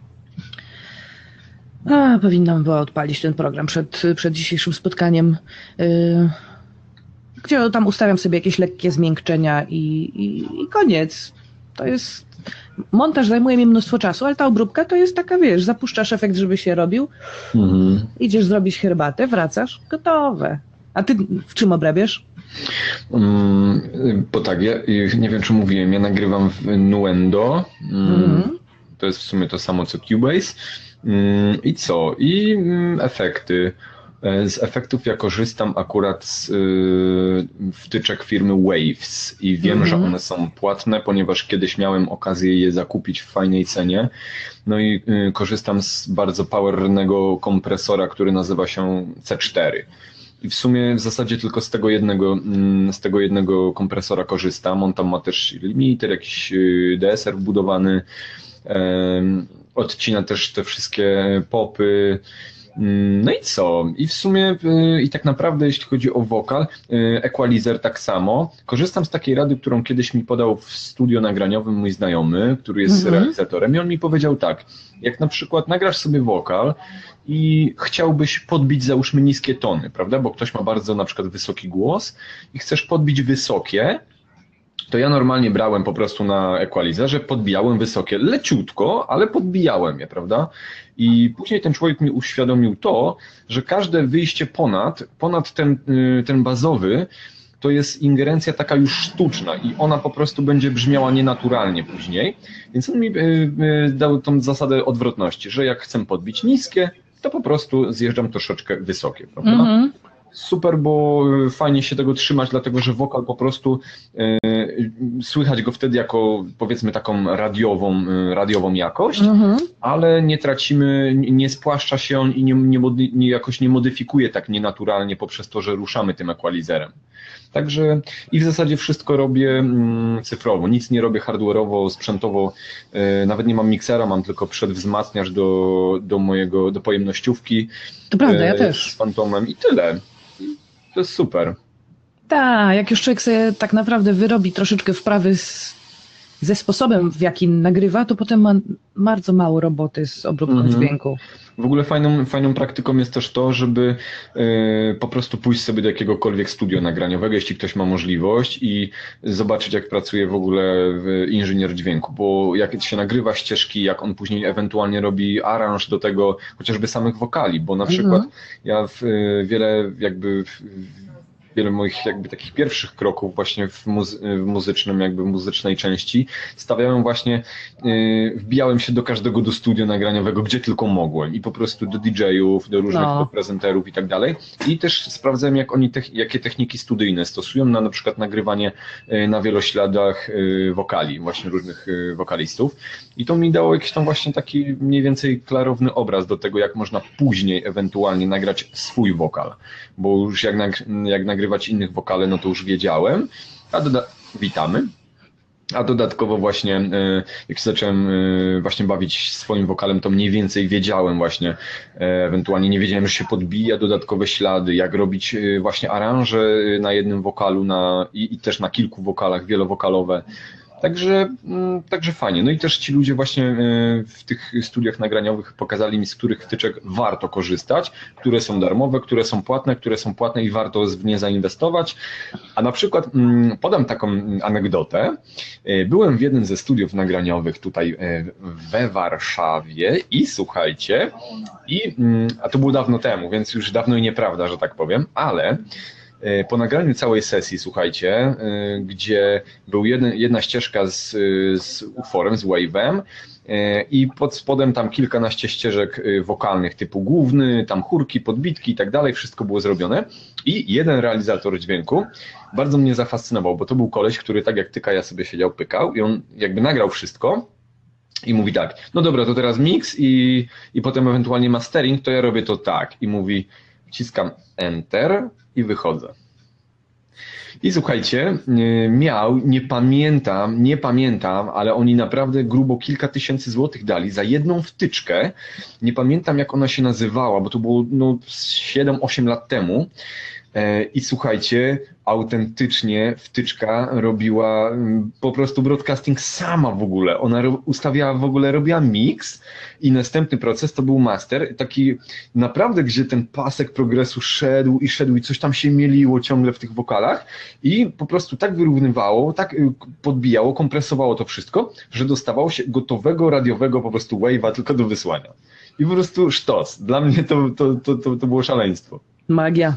A, powinnam była odpalić ten program przed, przed dzisiejszym spotkaniem, yy, gdzie tam ustawiam sobie jakieś lekkie zmiękczenia i, i, i koniec. To jest, montaż zajmuje mi mnóstwo czasu, ale ta obróbka to jest taka, wiesz, zapuszczasz efekt, żeby się robił, Mhm. idziesz zrobić herbatę, wracasz, gotowe. A ty w czym obrabiasz? Mm, bo tak, ja y, nie wiem czy mówiłem, ja nagrywam w Nuendo. Mm, Mhm. To jest w sumie to samo co Cubase. Mm, I co? I mm, efekty. E, Z efektów ja korzystam akurat z y, wtyczek firmy Waves i wiem, Mhm. że one są płatne, ponieważ kiedyś miałem okazję je zakupić w fajnej cenie. No i y, korzystam z bardzo powernego kompresora, który nazywa się C cztery. I w sumie w zasadzie tylko z tego jednego, mm, z tego jednego kompresora korzystam. On tam ma też limiter, jakiś y, D S R wbudowany. Em, Odcina też te wszystkie popy. No i co? I w sumie, i tak naprawdę jeśli chodzi o wokal, equalizer tak samo. Korzystam z takiej rady, którą kiedyś mi podał w studio nagraniowym mój znajomy, który jest Mhm. realizatorem i on mi powiedział tak, jak na przykład nagrasz sobie wokal i chciałbyś podbić załóżmy niskie tony, prawda, bo ktoś ma bardzo na przykład wysoki głos i chcesz podbić wysokie, to ja normalnie brałem po prostu na equalizerze, podbijałem wysokie, leciutko, ale podbijałem je, prawda? I później ten człowiek mi uświadomił to, że każde wyjście ponad, ponad ten, ten bazowy, to jest ingerencja taka już sztuczna i ona po prostu będzie brzmiała nienaturalnie później. Więc on mi dał tą zasadę odwrotności, że jak chcę podbić niskie, to po prostu zjeżdżam troszeczkę wysokie, prawda? Mhm. Super, bo fajnie się tego trzymać, dlatego że wokal po prostu e, słychać go wtedy jako powiedzmy taką radiową, radiową jakość, Mhm. ale nie tracimy, nie spłaszcza się on i nie, nie, mody, nie jakoś nie modyfikuje tak nienaturalnie poprzez to, że ruszamy tym equalizerem. Także i w zasadzie wszystko robię mm, cyfrowo, nic nie robię hardware'owo, sprzętowo, e, nawet nie mam miksera, mam tylko przedwzmacniacz do, do mojego, do pojemnościówki. To prawda, ja e, też. Z Fantomem i tyle. I to jest super. Tak, jak już człowiek sobie tak naprawdę wyrobi troszeczkę wprawy z, ze sposobem, w jaki nagrywa, to potem ma bardzo mało roboty z obróbką Mhm. dźwięku. W ogóle fajną, fajną praktyką jest też to, żeby y, po prostu pójść sobie do jakiegokolwiek studio nagraniowego, jeśli ktoś ma możliwość i zobaczyć, jak pracuje w ogóle inżynier dźwięku, bo jak się nagrywa ścieżki, jak on później ewentualnie robi aranż do tego chociażby samych wokali, bo na przykład ja w, y, wiele jakby w, wiele moich jakby takich pierwszych kroków właśnie w, muzy- w muzycznym, jakby muzycznej części stawiałem właśnie, yy, wbijałem się do każdego do studia nagraniowego, gdzie tylko mogłem i po prostu do D J-ów, do różnych No. prezenterów i tak dalej i też sprawdzałem, jak oni te- jakie techniki studyjne stosują na na przykład nagrywanie yy, na wielośladach yy, wokali, właśnie różnych yy, wokalistów i to mi dało jakiś tam właśnie taki mniej więcej klarowny obraz do tego, jak można później ewentualnie nagrać swój wokal, bo już jak, nag- jak nagrywać innych wokale, no to już wiedziałem, a doda- witamy, a dodatkowo właśnie e, jak się zacząłem e, właśnie bawić swoim wokalem, to mniej więcej wiedziałem właśnie, e, ewentualnie nie wiedziałem, że się podbija dodatkowe ślady, jak robić e, właśnie aranże na jednym wokalu na, i, i też na kilku wokalach wielowokalowe. Także, mm, także fajnie. No i też ci ludzie właśnie e, w tych studiach nagraniowych pokazali mi, z których wtyczek warto korzystać, które są darmowe, które są płatne, które są płatne i warto w nie zainwestować. A na przykład mm, podam taką anegdotę. E, Byłem w jednym ze studiów nagraniowych tutaj e, we Warszawie i słuchajcie, i, mm, a to było dawno temu, więc już dawno i nieprawda, że tak powiem, ale po nagraniu całej sesji, słuchajcie, gdzie był jeden, jedna ścieżka z, z utworem, z wave'em i pod spodem tam kilkanaście ścieżek wokalnych typu główny, tam chórki, podbitki i tak dalej, wszystko było zrobione i jeden realizator dźwięku bardzo mnie zafascynował, bo to był koleś, który tak jak tyka, ja sobie siedział, pykał i on jakby nagrał wszystko i mówi tak, no dobra, to teraz mix i, i potem ewentualnie mastering, to ja robię to tak i mówi, wciskam enter i wychodzę. I słuchajcie, miał, nie pamiętam, nie pamiętam, ale oni naprawdę grubo kilka tysięcy złotych dali za jedną wtyczkę. Nie pamiętam, jak ona się nazywała, bo to było no, siedem osiem lat temu. I słuchajcie, autentycznie wtyczka robiła po prostu broadcasting sama w ogóle. Ona ustawiała w ogóle, robiła mix i następny proces to był master, taki naprawdę, gdzie ten pasek progresu szedł i szedł i coś tam się mieliło ciągle w tych wokalach i po prostu tak wyrównywało, tak podbijało, kompresowało to wszystko, że dostawało się gotowego radiowego po prostu wave'a tylko do wysłania. I po prostu sztos. Dla mnie to, to, to, to, to było szaleństwo. Magia.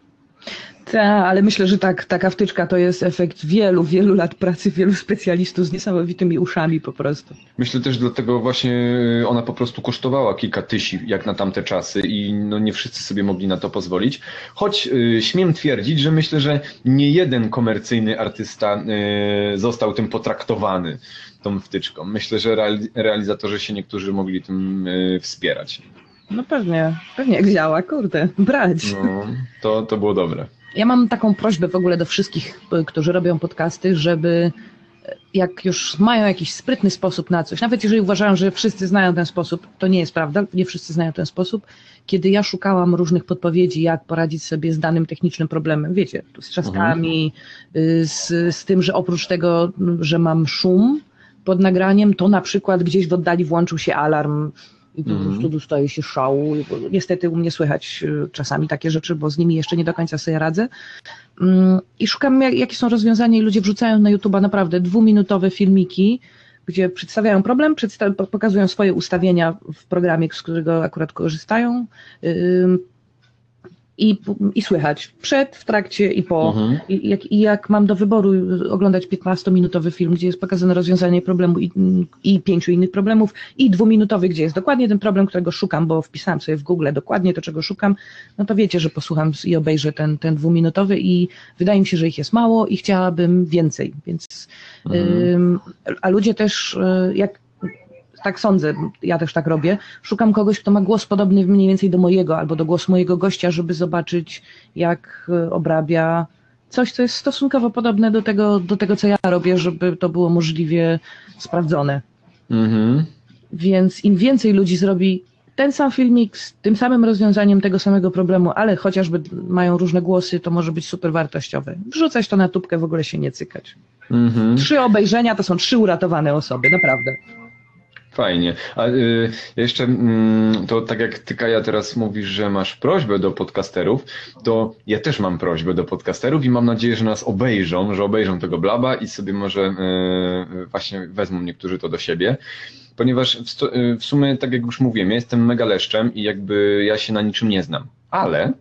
Tak, ale myślę, że tak, taka wtyczka to jest efekt wielu, wielu lat pracy wielu specjalistów z niesamowitymi uszami po prostu. Myślę też dlatego właśnie ona po prostu kosztowała kilka tysięcy jak na tamte czasy i no nie wszyscy sobie mogli na to pozwolić. Choć y, śmiem twierdzić, że myślę, że nie jeden komercyjny artysta y, został tym potraktowany, tą wtyczką. Myślę, że reali- realizatorzy się niektórzy mogli tym y, wspierać. No pewnie, pewnie jak działa, kurde, brać. No, to, to było dobre. Ja mam taką prośbę w ogóle do wszystkich, którzy robią podcasty, żeby jak już mają jakiś sprytny sposób na coś, nawet jeżeli uważają, że wszyscy znają ten sposób, to nie jest prawda, nie wszyscy znają ten sposób. Kiedy ja szukałam różnych podpowiedzi, jak poradzić sobie z danym technicznym problemem, wiecie, z trzaskami, mhm. z, z tym, że oprócz tego, że mam szum pod nagraniem, to na przykład gdzieś w oddali włączył się alarm i po Mhm. prostu dostaje się szału. Niestety u mnie słychać czasami takie rzeczy, bo z nimi jeszcze nie do końca sobie radzę. I szukam, jakie są rozwiązania i ludzie wrzucają na YouTube'a naprawdę dwuminutowe filmiki, gdzie przedstawiają problem, przedstaw- pokazują swoje ustawienia w programie, z którego akurat korzystają yy, i, i słychać przed, w trakcie i po. Mhm. I, jak, I jak mam do wyboru oglądać piętnastominutowy film, gdzie jest pokazane rozwiązanie problemu i, i pięciu innych problemów, i dwuminutowy, gdzie jest dokładnie ten problem, którego szukam, bo wpisałam sobie w Google dokładnie to, czego szukam, no to wiecie, że posłucham i obejrzę ten, ten dwuminutowy i wydaje mi się, że ich jest mało i chciałabym więcej. Więc, mhm. ym, a ludzie też, y, jak tak sądzę, ja też tak robię, szukam kogoś, kto ma głos podobny mniej więcej do mojego albo do głosu mojego gościa, żeby zobaczyć, jak obrabia coś, co jest stosunkowo podobne do tego, do tego co ja robię, żeby to było możliwie sprawdzone. Mhm. Więc im więcej ludzi zrobi ten sam filmik z tym samym rozwiązaniem tego samego problemu, ale chociażby mają różne głosy, to może być super wartościowe. Wrzucać to na tubkę, w ogóle się nie cykać. Mhm. Trzy obejrzenia to są trzy uratowane osoby, naprawdę. Fajnie. A y, jeszcze y, to tak jak ty, Kaja, teraz mówisz, że masz prośbę do podcasterów, to ja też mam prośbę do podcasterów i mam nadzieję, że nas obejrzą, że obejrzą tego blaba i sobie może y, właśnie wezmą niektórzy to do siebie. Ponieważ w, sto, y, w sumie, tak jak już mówiłem, ja jestem mega leszczem i jakby ja się na niczym nie znam. Ale,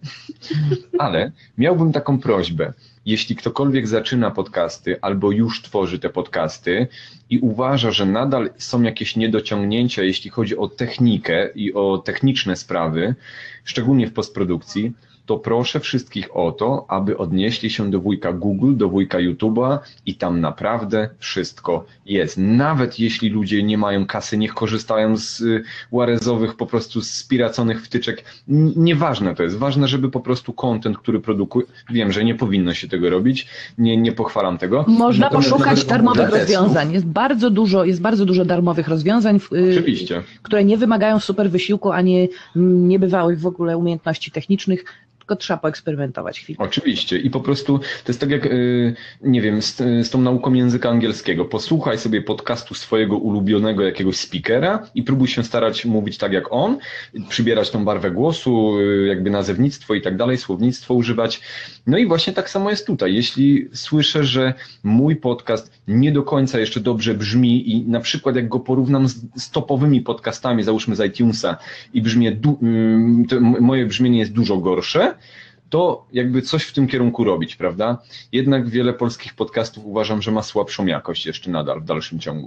ale miałbym taką prośbę. Jeśli ktokolwiek zaczyna podcasty albo już tworzy te podcasty i uważa, że nadal są jakieś niedociągnięcia, jeśli chodzi o technikę i o techniczne sprawy, szczególnie w postprodukcji, to proszę wszystkich o to, aby odnieśli się do wujka Google, do wujka YouTube'a i tam naprawdę wszystko jest. Nawet jeśli ludzie nie mają kasy, niech korzystają z łarezowych, po prostu spiraconych wtyczek. Nieważne to jest. Ważne, żeby po prostu content, który produkuje, wiem, że nie powinno się tego robić, nie, nie pochwalam tego. Można Natomiast poszukać darmowych testów, rozwiązań. Jest bardzo dużo, jest bardzo dużo darmowych rozwiązań, Oczywiście. które nie wymagają super wysiłku, ani niebywałych w ogóle umiejętności technicznych. Tylko trzeba poeksperymentować chwilę. Oczywiście i po prostu to jest tak jak, nie wiem, z, z tą nauką języka angielskiego. Posłuchaj sobie podcastu swojego ulubionego jakiegoś speakera i próbuj się starać mówić tak jak on, przybierać tą barwę głosu, jakby nazewnictwo i tak dalej, słownictwo używać. No i właśnie tak samo jest tutaj. Jeśli słyszę, że mój podcast nie do końca jeszcze dobrze brzmi i na przykład jak go porównam z, z topowymi podcastami, załóżmy z iTunesa i brzmie, du, to moje brzmienie jest dużo gorsze, to jakby coś w tym kierunku robić, prawda? Jednak wiele polskich podcastów uważam, że ma słabszą jakość jeszcze nadal w dalszym ciągu.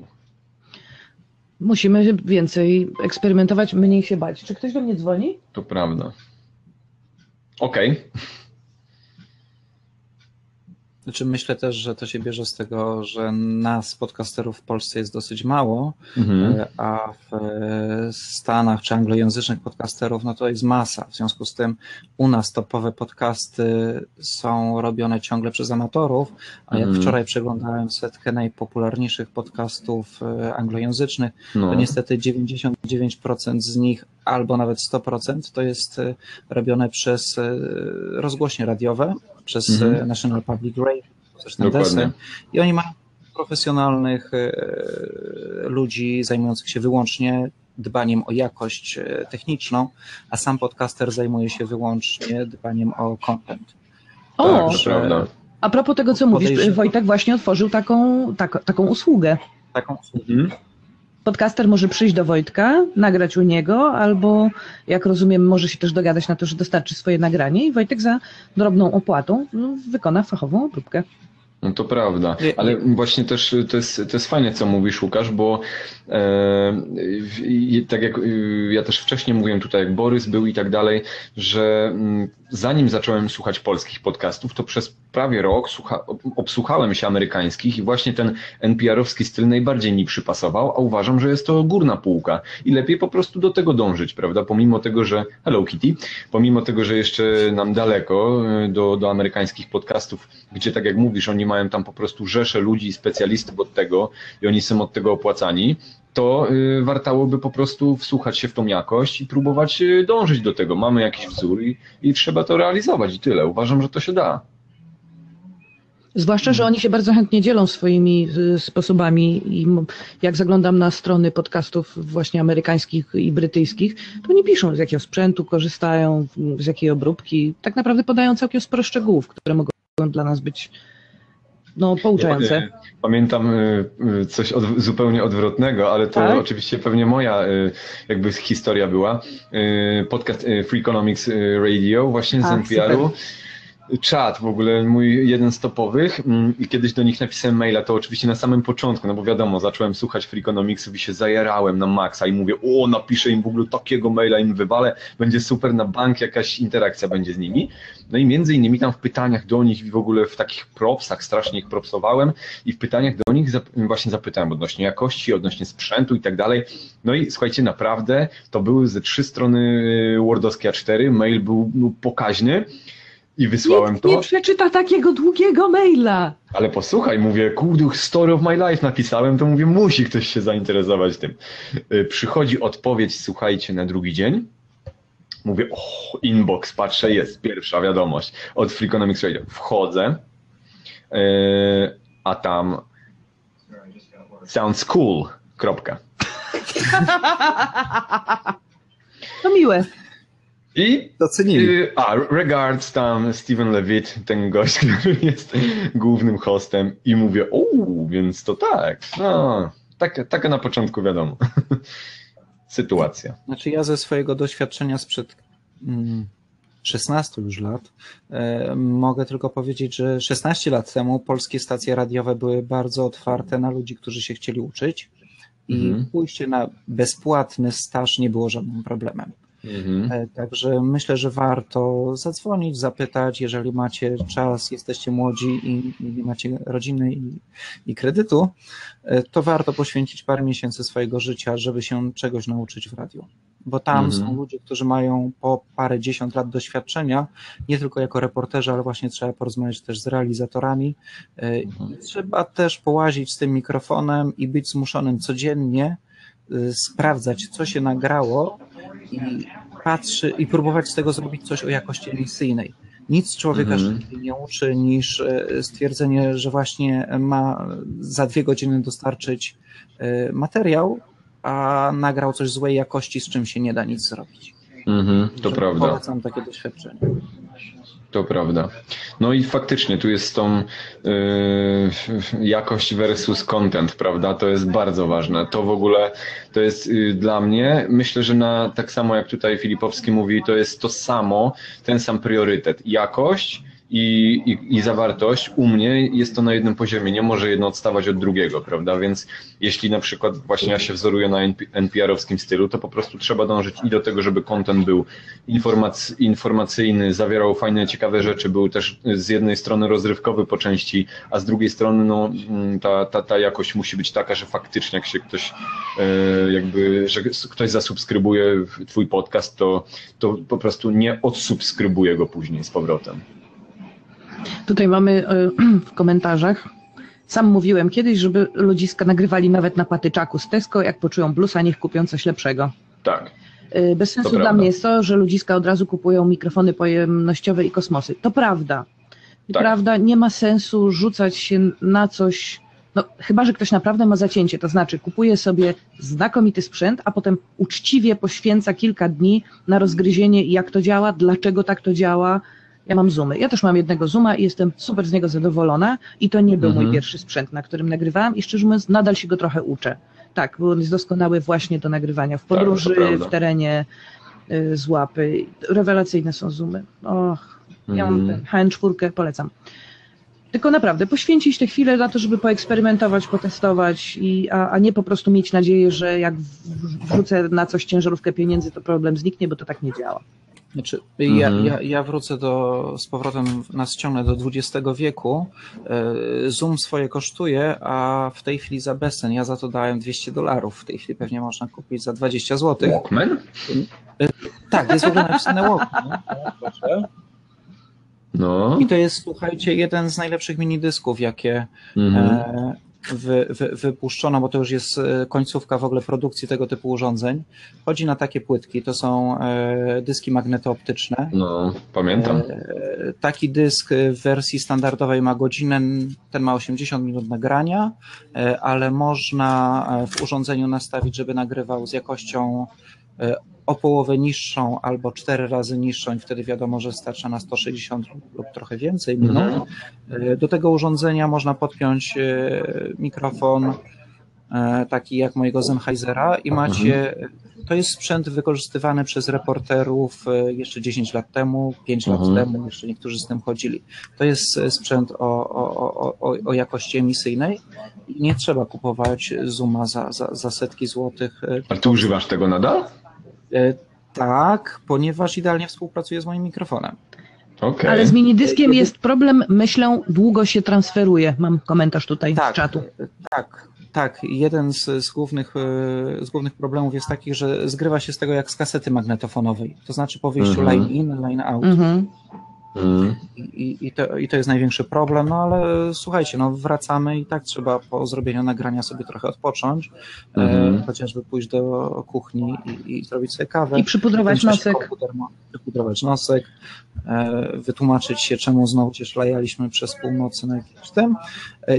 Musimy więcej eksperymentować, mniej się bać. Czy ktoś do mnie dzwoni? To prawda. Okej. Okay. Znaczy myślę też, że to się bierze z tego, że nas, podcasterów w Polsce jest dosyć mało, mhm. a w Stanach czy anglojęzycznych podcasterów no to jest masa. W związku z tym u nas topowe podcasty są robione ciągle przez amatorów, a jak mhm. wczoraj przeglądałem setkę najpopularniejszych podcastów anglojęzycznych, no. to niestety dziewięćdziesiąt dziewięć procent z nich albo nawet sto procent to jest robione przez rozgłośnie radiowe, przez mhm. National Public Radio, też ten deseń. I oni mają profesjonalnych ludzi zajmujących się wyłącznie dbaniem o jakość techniczną, a sam podcaster zajmuje się wyłącznie dbaniem o content. O, tak, prawda. A propos tego, co mówisz, Wojtek właśnie otworzył taką, tak, taką usługę. Taką usługę. Mhm. Podcaster może przyjść do Wojtka, nagrać u niego, albo jak rozumiem, może się też dogadać na to, że dostarczy swoje nagranie i Wojtek za drobną opłatą wykona fachową obróbkę. No to prawda, ale właśnie też to jest, to jest fajne, co mówisz, Łukasz, bo e, tak jak ja też wcześniej mówiłem tutaj, jak Borys był i tak dalej, że zanim zacząłem słuchać polskich podcastów, to przez prawie rok słucha, obsłuchałem się amerykańskich i właśnie ten N P R-owski styl najbardziej mi przypasował, a uważam, że jest to górna półka i lepiej po prostu do tego dążyć, prawda? Pomimo tego, że, hello Kitty, pomimo tego, że jeszcze nam daleko do, do amerykańskich podcastów, gdzie tak jak mówisz, oni mają tam po prostu rzesze ludzi i specjalistów od tego i oni są od tego opłacani, to y, wartałoby po prostu wsłuchać się w tą jakość i próbować y, dążyć do tego. Mamy jakiś wzór i, i trzeba to realizować i tyle. Uważam, że to się da. Zwłaszcza, że oni się bardzo chętnie dzielą swoimi y, sposobami i m- jak zaglądam na strony podcastów właśnie amerykańskich i brytyjskich, to oni piszą, z jakiego sprzętu korzystają, z jakiej obróbki. Tak naprawdę podają całkiem sporo szczegółów, które mogą dla nas być no, pouczające. Ja, pamiętam coś od, zupełnie odwrotnego, ale to tak? oczywiście pewnie moja jakby historia była. Podcast Freakonomics Radio właśnie z A, N P R-u. super. Czat w ogóle mój jeden z topowych i kiedyś do nich napisałem maila, to oczywiście na samym początku, no bo wiadomo, zacząłem słuchać Freakonomicsów i się zajarałem na maksa i mówię, o napiszę im w ogóle takiego maila, im wywalę, będzie super na bank, jakaś interakcja będzie z nimi. No i między innymi tam w pytaniach do nich i w ogóle w takich propsach, strasznie ich propsowałem i w pytaniach do nich zap- właśnie zapytałem odnośnie jakości, odnośnie sprzętu i tak dalej. No i słuchajcie, naprawdę to były ze trzy strony wordowskie A cztery, mail był, był pokaźny. I wysłałem Nikt to. nie przeczyta takiego długiego maila. Ale posłuchaj, mówię, kurde, story of my life napisałem, to mówię, musi ktoś się zainteresować tym. Przychodzi odpowiedź, słuchajcie, na drugi dzień. Mówię, o, inbox, patrzę, jest pierwsza wiadomość od Freakonomics Radio. Wchodzę, yy, a tam sounds cool, kropka. To miłe. I Docenili. y, a, regards tam Steven Levitt, ten gość, który jest głównym hostem i mówię, uuu, więc to tak, no, tak, taka na początku wiadomo, sytuacja. Znaczy ja ze swojego doświadczenia sprzed mm, szesnastu już lat e, mogę tylko powiedzieć, że szesnaście lat temu polskie stacje radiowe były bardzo otwarte na ludzi, którzy się chcieli uczyć i Mhm. pójście na bezpłatny staż nie było żadnym problemem. Mhm. Także myślę, że warto zadzwonić, zapytać, jeżeli macie czas, jesteście młodzi i, i nie macie rodziny i, i kredytu, to warto poświęcić parę miesięcy swojego życia, żeby się czegoś nauczyć w radiu. Bo tam Mhm. są ludzie, którzy mają po parę dziesiąt lat doświadczenia, nie tylko jako reporterzy, ale właśnie trzeba porozmawiać też z realizatorami. Mhm. Trzeba też połazić z tym mikrofonem i być zmuszonym codziennie sprawdzać, co się nagrało i patrzy i próbować z tego zrobić coś o jakości emisyjnej. Nic człowieka Mhm. szybciej nie uczy niż stwierdzenie, że właśnie ma za dwie godziny dostarczyć materiał, a nagrał coś złej jakości, z czym się nie da nic zrobić. Mhm, to Że prawda. Polecam takie doświadczenie. To prawda. No i faktycznie tu jest tą y, jakość versus content, prawda? To jest bardzo ważne. To w ogóle to jest y, dla mnie, myślę, że na tak samo jak tutaj Filipowski mówi, to jest to samo, ten sam priorytet. Jakość i, i, i zawartość u mnie jest to na jednym poziomie, nie może jedno odstawać od drugiego, prawda? Więc jeśli na przykład właśnie ja się wzoruję na N P R-owskim stylu, to po prostu trzeba dążyć i do tego, żeby content był informac- informacyjny, zawierał fajne, ciekawe rzeczy, był też z jednej strony rozrywkowy po części, a z drugiej strony no, ta, ta, ta jakość musi być taka, że faktycznie jak się ktoś e, jakby, że ktoś zasubskrybuje twój podcast, to, to po prostu nie odsubskrybuje go później z powrotem. Tutaj mamy w komentarzach. Sam mówiłem kiedyś, żeby ludziska nagrywali nawet na patyczaku z Tesco, jak poczują bluesa, niech kupią coś lepszego. Tak. Bez sensu To dla prawda. mnie jest to, że ludziska od razu kupują mikrofony pojemnościowe i kosmosy. To prawda. I Tak. prawda, nie ma sensu rzucać się na coś, no chyba że ktoś naprawdę ma zacięcie, to znaczy kupuje sobie znakomity sprzęt, a potem uczciwie poświęca kilka dni na rozgryzienie, jak to działa, dlaczego tak to działa. Ja mam Zoomy. Ja też mam jednego Zooma i jestem super z niego zadowolona i to nie był Mhm. mój pierwszy sprzęt, na którym nagrywałam i szczerze mówiąc nadal się go trochę uczę. Tak, bo on jest doskonały właśnie do nagrywania w to podróży, prawda. w terenie, y, z łapy. Rewelacyjne są Zoomy. Och, ja mam Mhm. ten H N cztery, polecam. Tylko naprawdę poświęcić te chwile na to, żeby poeksperymentować, potestować, i, a, a nie po prostu mieć nadzieję, że jak w- wrzucę na coś ciężarówkę pieniędzy, to problem zniknie, bo to tak nie działa. Znaczy, ja, Mhm. ja, ja wrócę do, z powrotem nas ściągnę do dwudziestego wieku. E, Zoom swoje kosztuje, a w tej chwili za bezcen. Ja za to dałem dwieście dolarów. W tej chwili pewnie można kupić za dwadzieścia złotych. Walkman? Tak, jest w ogóle napisane Walkman. Proszę. No. I to jest, słuchajcie, jeden z najlepszych minidysków, jakie Mhm. e, wy, wy, wypuszczono, bo to już jest e, końcówka w ogóle produkcji tego typu urządzeń. Chodzi na takie płytki, to są e, dyski magnetooptyczne. No, pamiętam. E, Taki dysk w wersji standardowej ma godzinę, ten ma osiemdziesiąt minut nagrania, e, ale można e, w urządzeniu nastawić, żeby nagrywał z jakością e, o połowę niższą albo cztery razy niższą i wtedy wiadomo, że starcza na sto sześćdziesiąt lub trochę więcej minut. Mhm. E, Do tego urządzenia można podpiąć e, mikrofon e, taki jak mojego Sennheisera i macie, to jest sprzęt wykorzystywany przez reporterów e, jeszcze dziesięć lat temu, pięć lat Mhm. temu, jeszcze niektórzy z tym chodzili. To jest e, sprzęt o, o, o, o, o jakości emisyjnej i nie trzeba kupować Zooma za, za, za setki złotych. e, A ty używasz tego nadal? E, Tak, ponieważ idealnie współpracuje z moim mikrofonem. Okej. Ale z minidyskiem jest problem, myślę, długo się transferuje. Mam komentarz tutaj z czatu. Tak, tak. Jeden z, z, głównych, e, z głównych problemów jest taki, że zgrywa się z tego jak z kasety magnetofonowej. To znaczy po wyjściu Mhm. line in, line out. Mhm. Mhm. I, i, i, to, I to jest największy problem, no ale słuchajcie, no wracamy i tak trzeba po zrobieniu nagrania sobie trochę odpocząć, Mhm. e, chociażby pójść do kuchni i, i zrobić sobie kawę. I przypudrować W tym czasie nosek. komputer ma Przypudrować nosek, e, wytłumaczyć się, czemu znowu cię szlajaliśmy przez północy na jakimś tym e,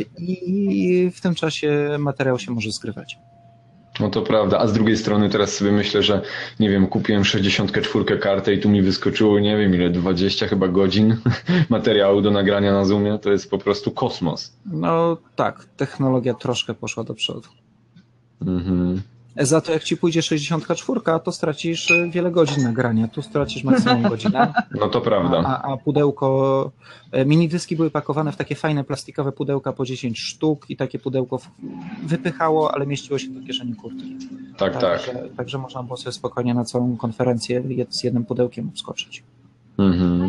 i w tym czasie materiał się może zgrywać. No to prawda, a z drugiej strony teraz sobie myślę, że nie wiem, kupiłem sześćdziesiąt cztery kartę i tu mi wyskoczyło, nie wiem ile, dwadzieścia chyba godzin materiału do nagrania na Zoomie, to jest po prostu kosmos. No tak, technologia troszkę poszła do przodu. Mhm. Za to jak ci pójdzie sześćdziesiąt cztery, to stracisz e, wiele godzin nagrania. Tu stracisz maksimum godzinę. No to prawda. A, a pudełko, e, minidyski były pakowane w takie fajne plastikowe pudełka po dziesięć sztuk i takie pudełko w- wypychało, ale mieściło się do kieszeni kurtki. Tak, tak. Także, także można było sobie spokojnie na całą konferencję jed, z jednym pudełkiem wskoczyć. Mhm.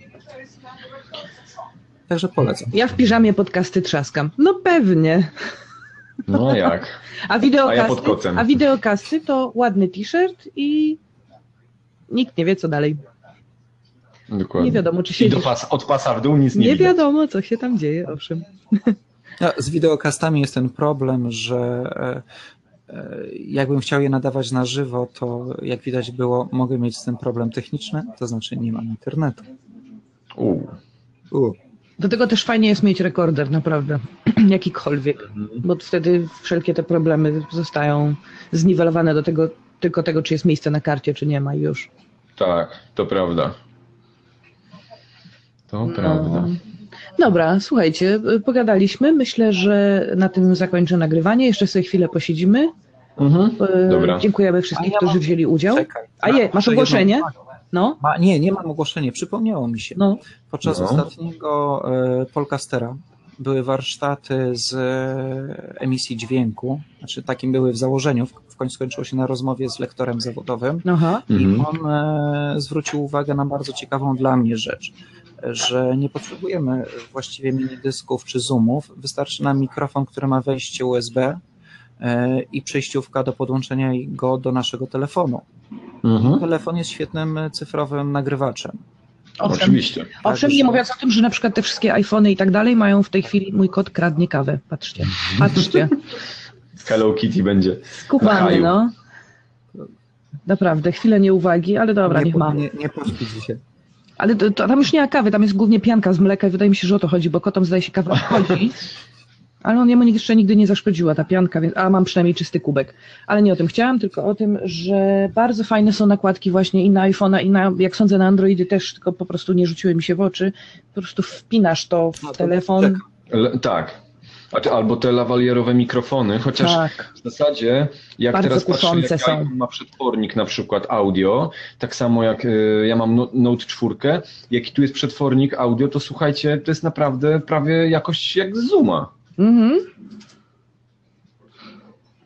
Także polecam. Ja w piżamie podcasty trzaskam. No pewnie. No jak? A wideokasty, A ja pod kocem. a wideokasty to ładny t-shirt i nikt nie wie co dalej. Dokładnie. Nie wiadomo, czy I się do pas, od pasa w dół nic nie, Nie widać. wiadomo, co się tam dzieje, owszem. No, z wideokastami jest ten problem, że e, e, jakbym chciał je nadawać na żywo, to jak widać było, mogę mieć z tym problem techniczny, to znaczy nie mam internetu. U. U. Do tego też fajnie jest mieć rekorder, naprawdę. Jakikolwiek. Bo wtedy wszelkie te problemy zostają zniwelowane do tego, tylko tego, czy jest miejsce na karcie, czy nie ma i już. Tak, to prawda. To prawda. Dobra, słuchajcie, pogadaliśmy. Myślę, że na tym zakończę nagrywanie. Jeszcze sobie chwilę posiedzimy. Mhm. E, Dobra. Dziękujemy wszystkich, A ja którzy mam- wzięli udział. Czekaj. A je, masz Muszę ogłoszenie? jedną- No, Ma, nie, nie mam ogłoszenia, przypomniało mi się. no. Podczas No. ostatniego e, Polcastera były warsztaty z e, emisji dźwięku, znaczy takim były w założeniu, w, w końcu skończyło się na rozmowie z lektorem zawodowym. Aha. I Mhm. on e, zwrócił uwagę na bardzo ciekawą dla mnie rzecz, że nie potrzebujemy właściwie minidysków czy zoomów, wystarczy nam mikrofon, który ma wejście U S B e, i przejściówka do podłączenia go do naszego telefonu. Mhm. Telefon jest świetnym cyfrowym nagrywaczem. Owszem, Oczywiście. Owszem, Także- nie mówiąc o tym, że na przykład te wszystkie iPhony i tak dalej mają w tej chwili mój kot kradnie kawę. Patrzcie, patrzcie. Hello Kitty będzie. Skupany, Machaju. no. Naprawdę, chwilę nieuwagi, ale dobra, nie, niech ma. Nie, nie pośpić się. Ale to, to, tam już nie ma kawy, tam jest głównie pianka z mleka i wydaje mi się, że o to chodzi, bo kotom zdaje się kawa wchodzi. Ale on jemu jeszcze nigdy nie zaszkodziła ta pianka, więc, a mam przynajmniej czysty kubek. Ale nie o tym chciałam, tylko o tym, że bardzo fajne są nakładki właśnie i na iPhone'a, i na, jak sądzę, na Androidy też, tylko po prostu nie rzuciły mi się w oczy. Po prostu wpinasz to w No to telefon. czekam. Le, tak. A, albo te lawalierowe mikrofony, chociaż Tak. w zasadzie jak Bardzo teraz patrzę, kuszące jak są. iPhone ma przetwornik na przykład audio, tak samo jak y, ja mam no, Note cztery, jaki tu jest przetwornik audio, to słuchajcie, to jest naprawdę prawie jakość jak z Zooma. Mhm.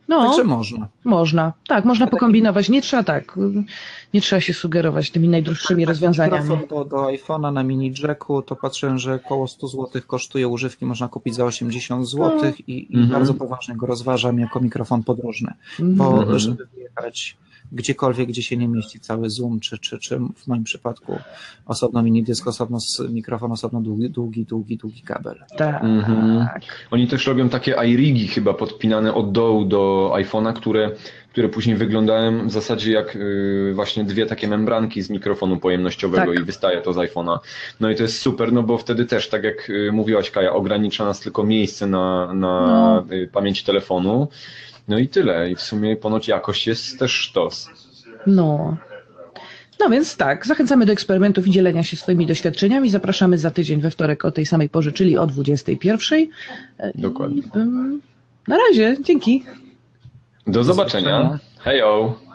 No, Także można. można. Tak, można pokombinować. Nie trzeba tak. Nie trzeba się sugerować tymi najdroższymi rozwiązaniami. Mikrofon do, do iPhone'a na mini jacku to patrzyłem, że około sto złotych kosztuje, używki można kupić za osiemdziesiąt złotych i, i Mhm. bardzo poważnie go rozważam jako mikrofon podróżny, bo Mhm. żeby wyjechać gdziekolwiek, gdzie się nie mieści cały zoom, czy, czy, czy w moim przypadku osobno mini dysk, osobno mikrofon, osobno długi, długi, długi, długi kabel. Tak. Mhm. Oni też robią takie iRigi chyba podpinane od dołu do iPhone'a, które, które później wyglądają w zasadzie jak y, właśnie dwie takie membranki z mikrofonu pojemnościowego Tak. i wystaje to z iPhone'a. No i to jest super, no bo wtedy też, tak jak y, mówiłaś Kaja, ogranicza nas tylko miejsce na, na No. y, pamięć telefonu. No i tyle. I w sumie ponoć jakość jest też sztos. No. No więc tak, zachęcamy do eksperymentów i dzielenia się swoimi doświadczeniami. Zapraszamy za tydzień we wtorek o tej samej porze, czyli o dwudziestej pierwszej. Dokładnie. I, ym, na razie, dzięki. Do zobaczenia. zobaczenia. Hejo!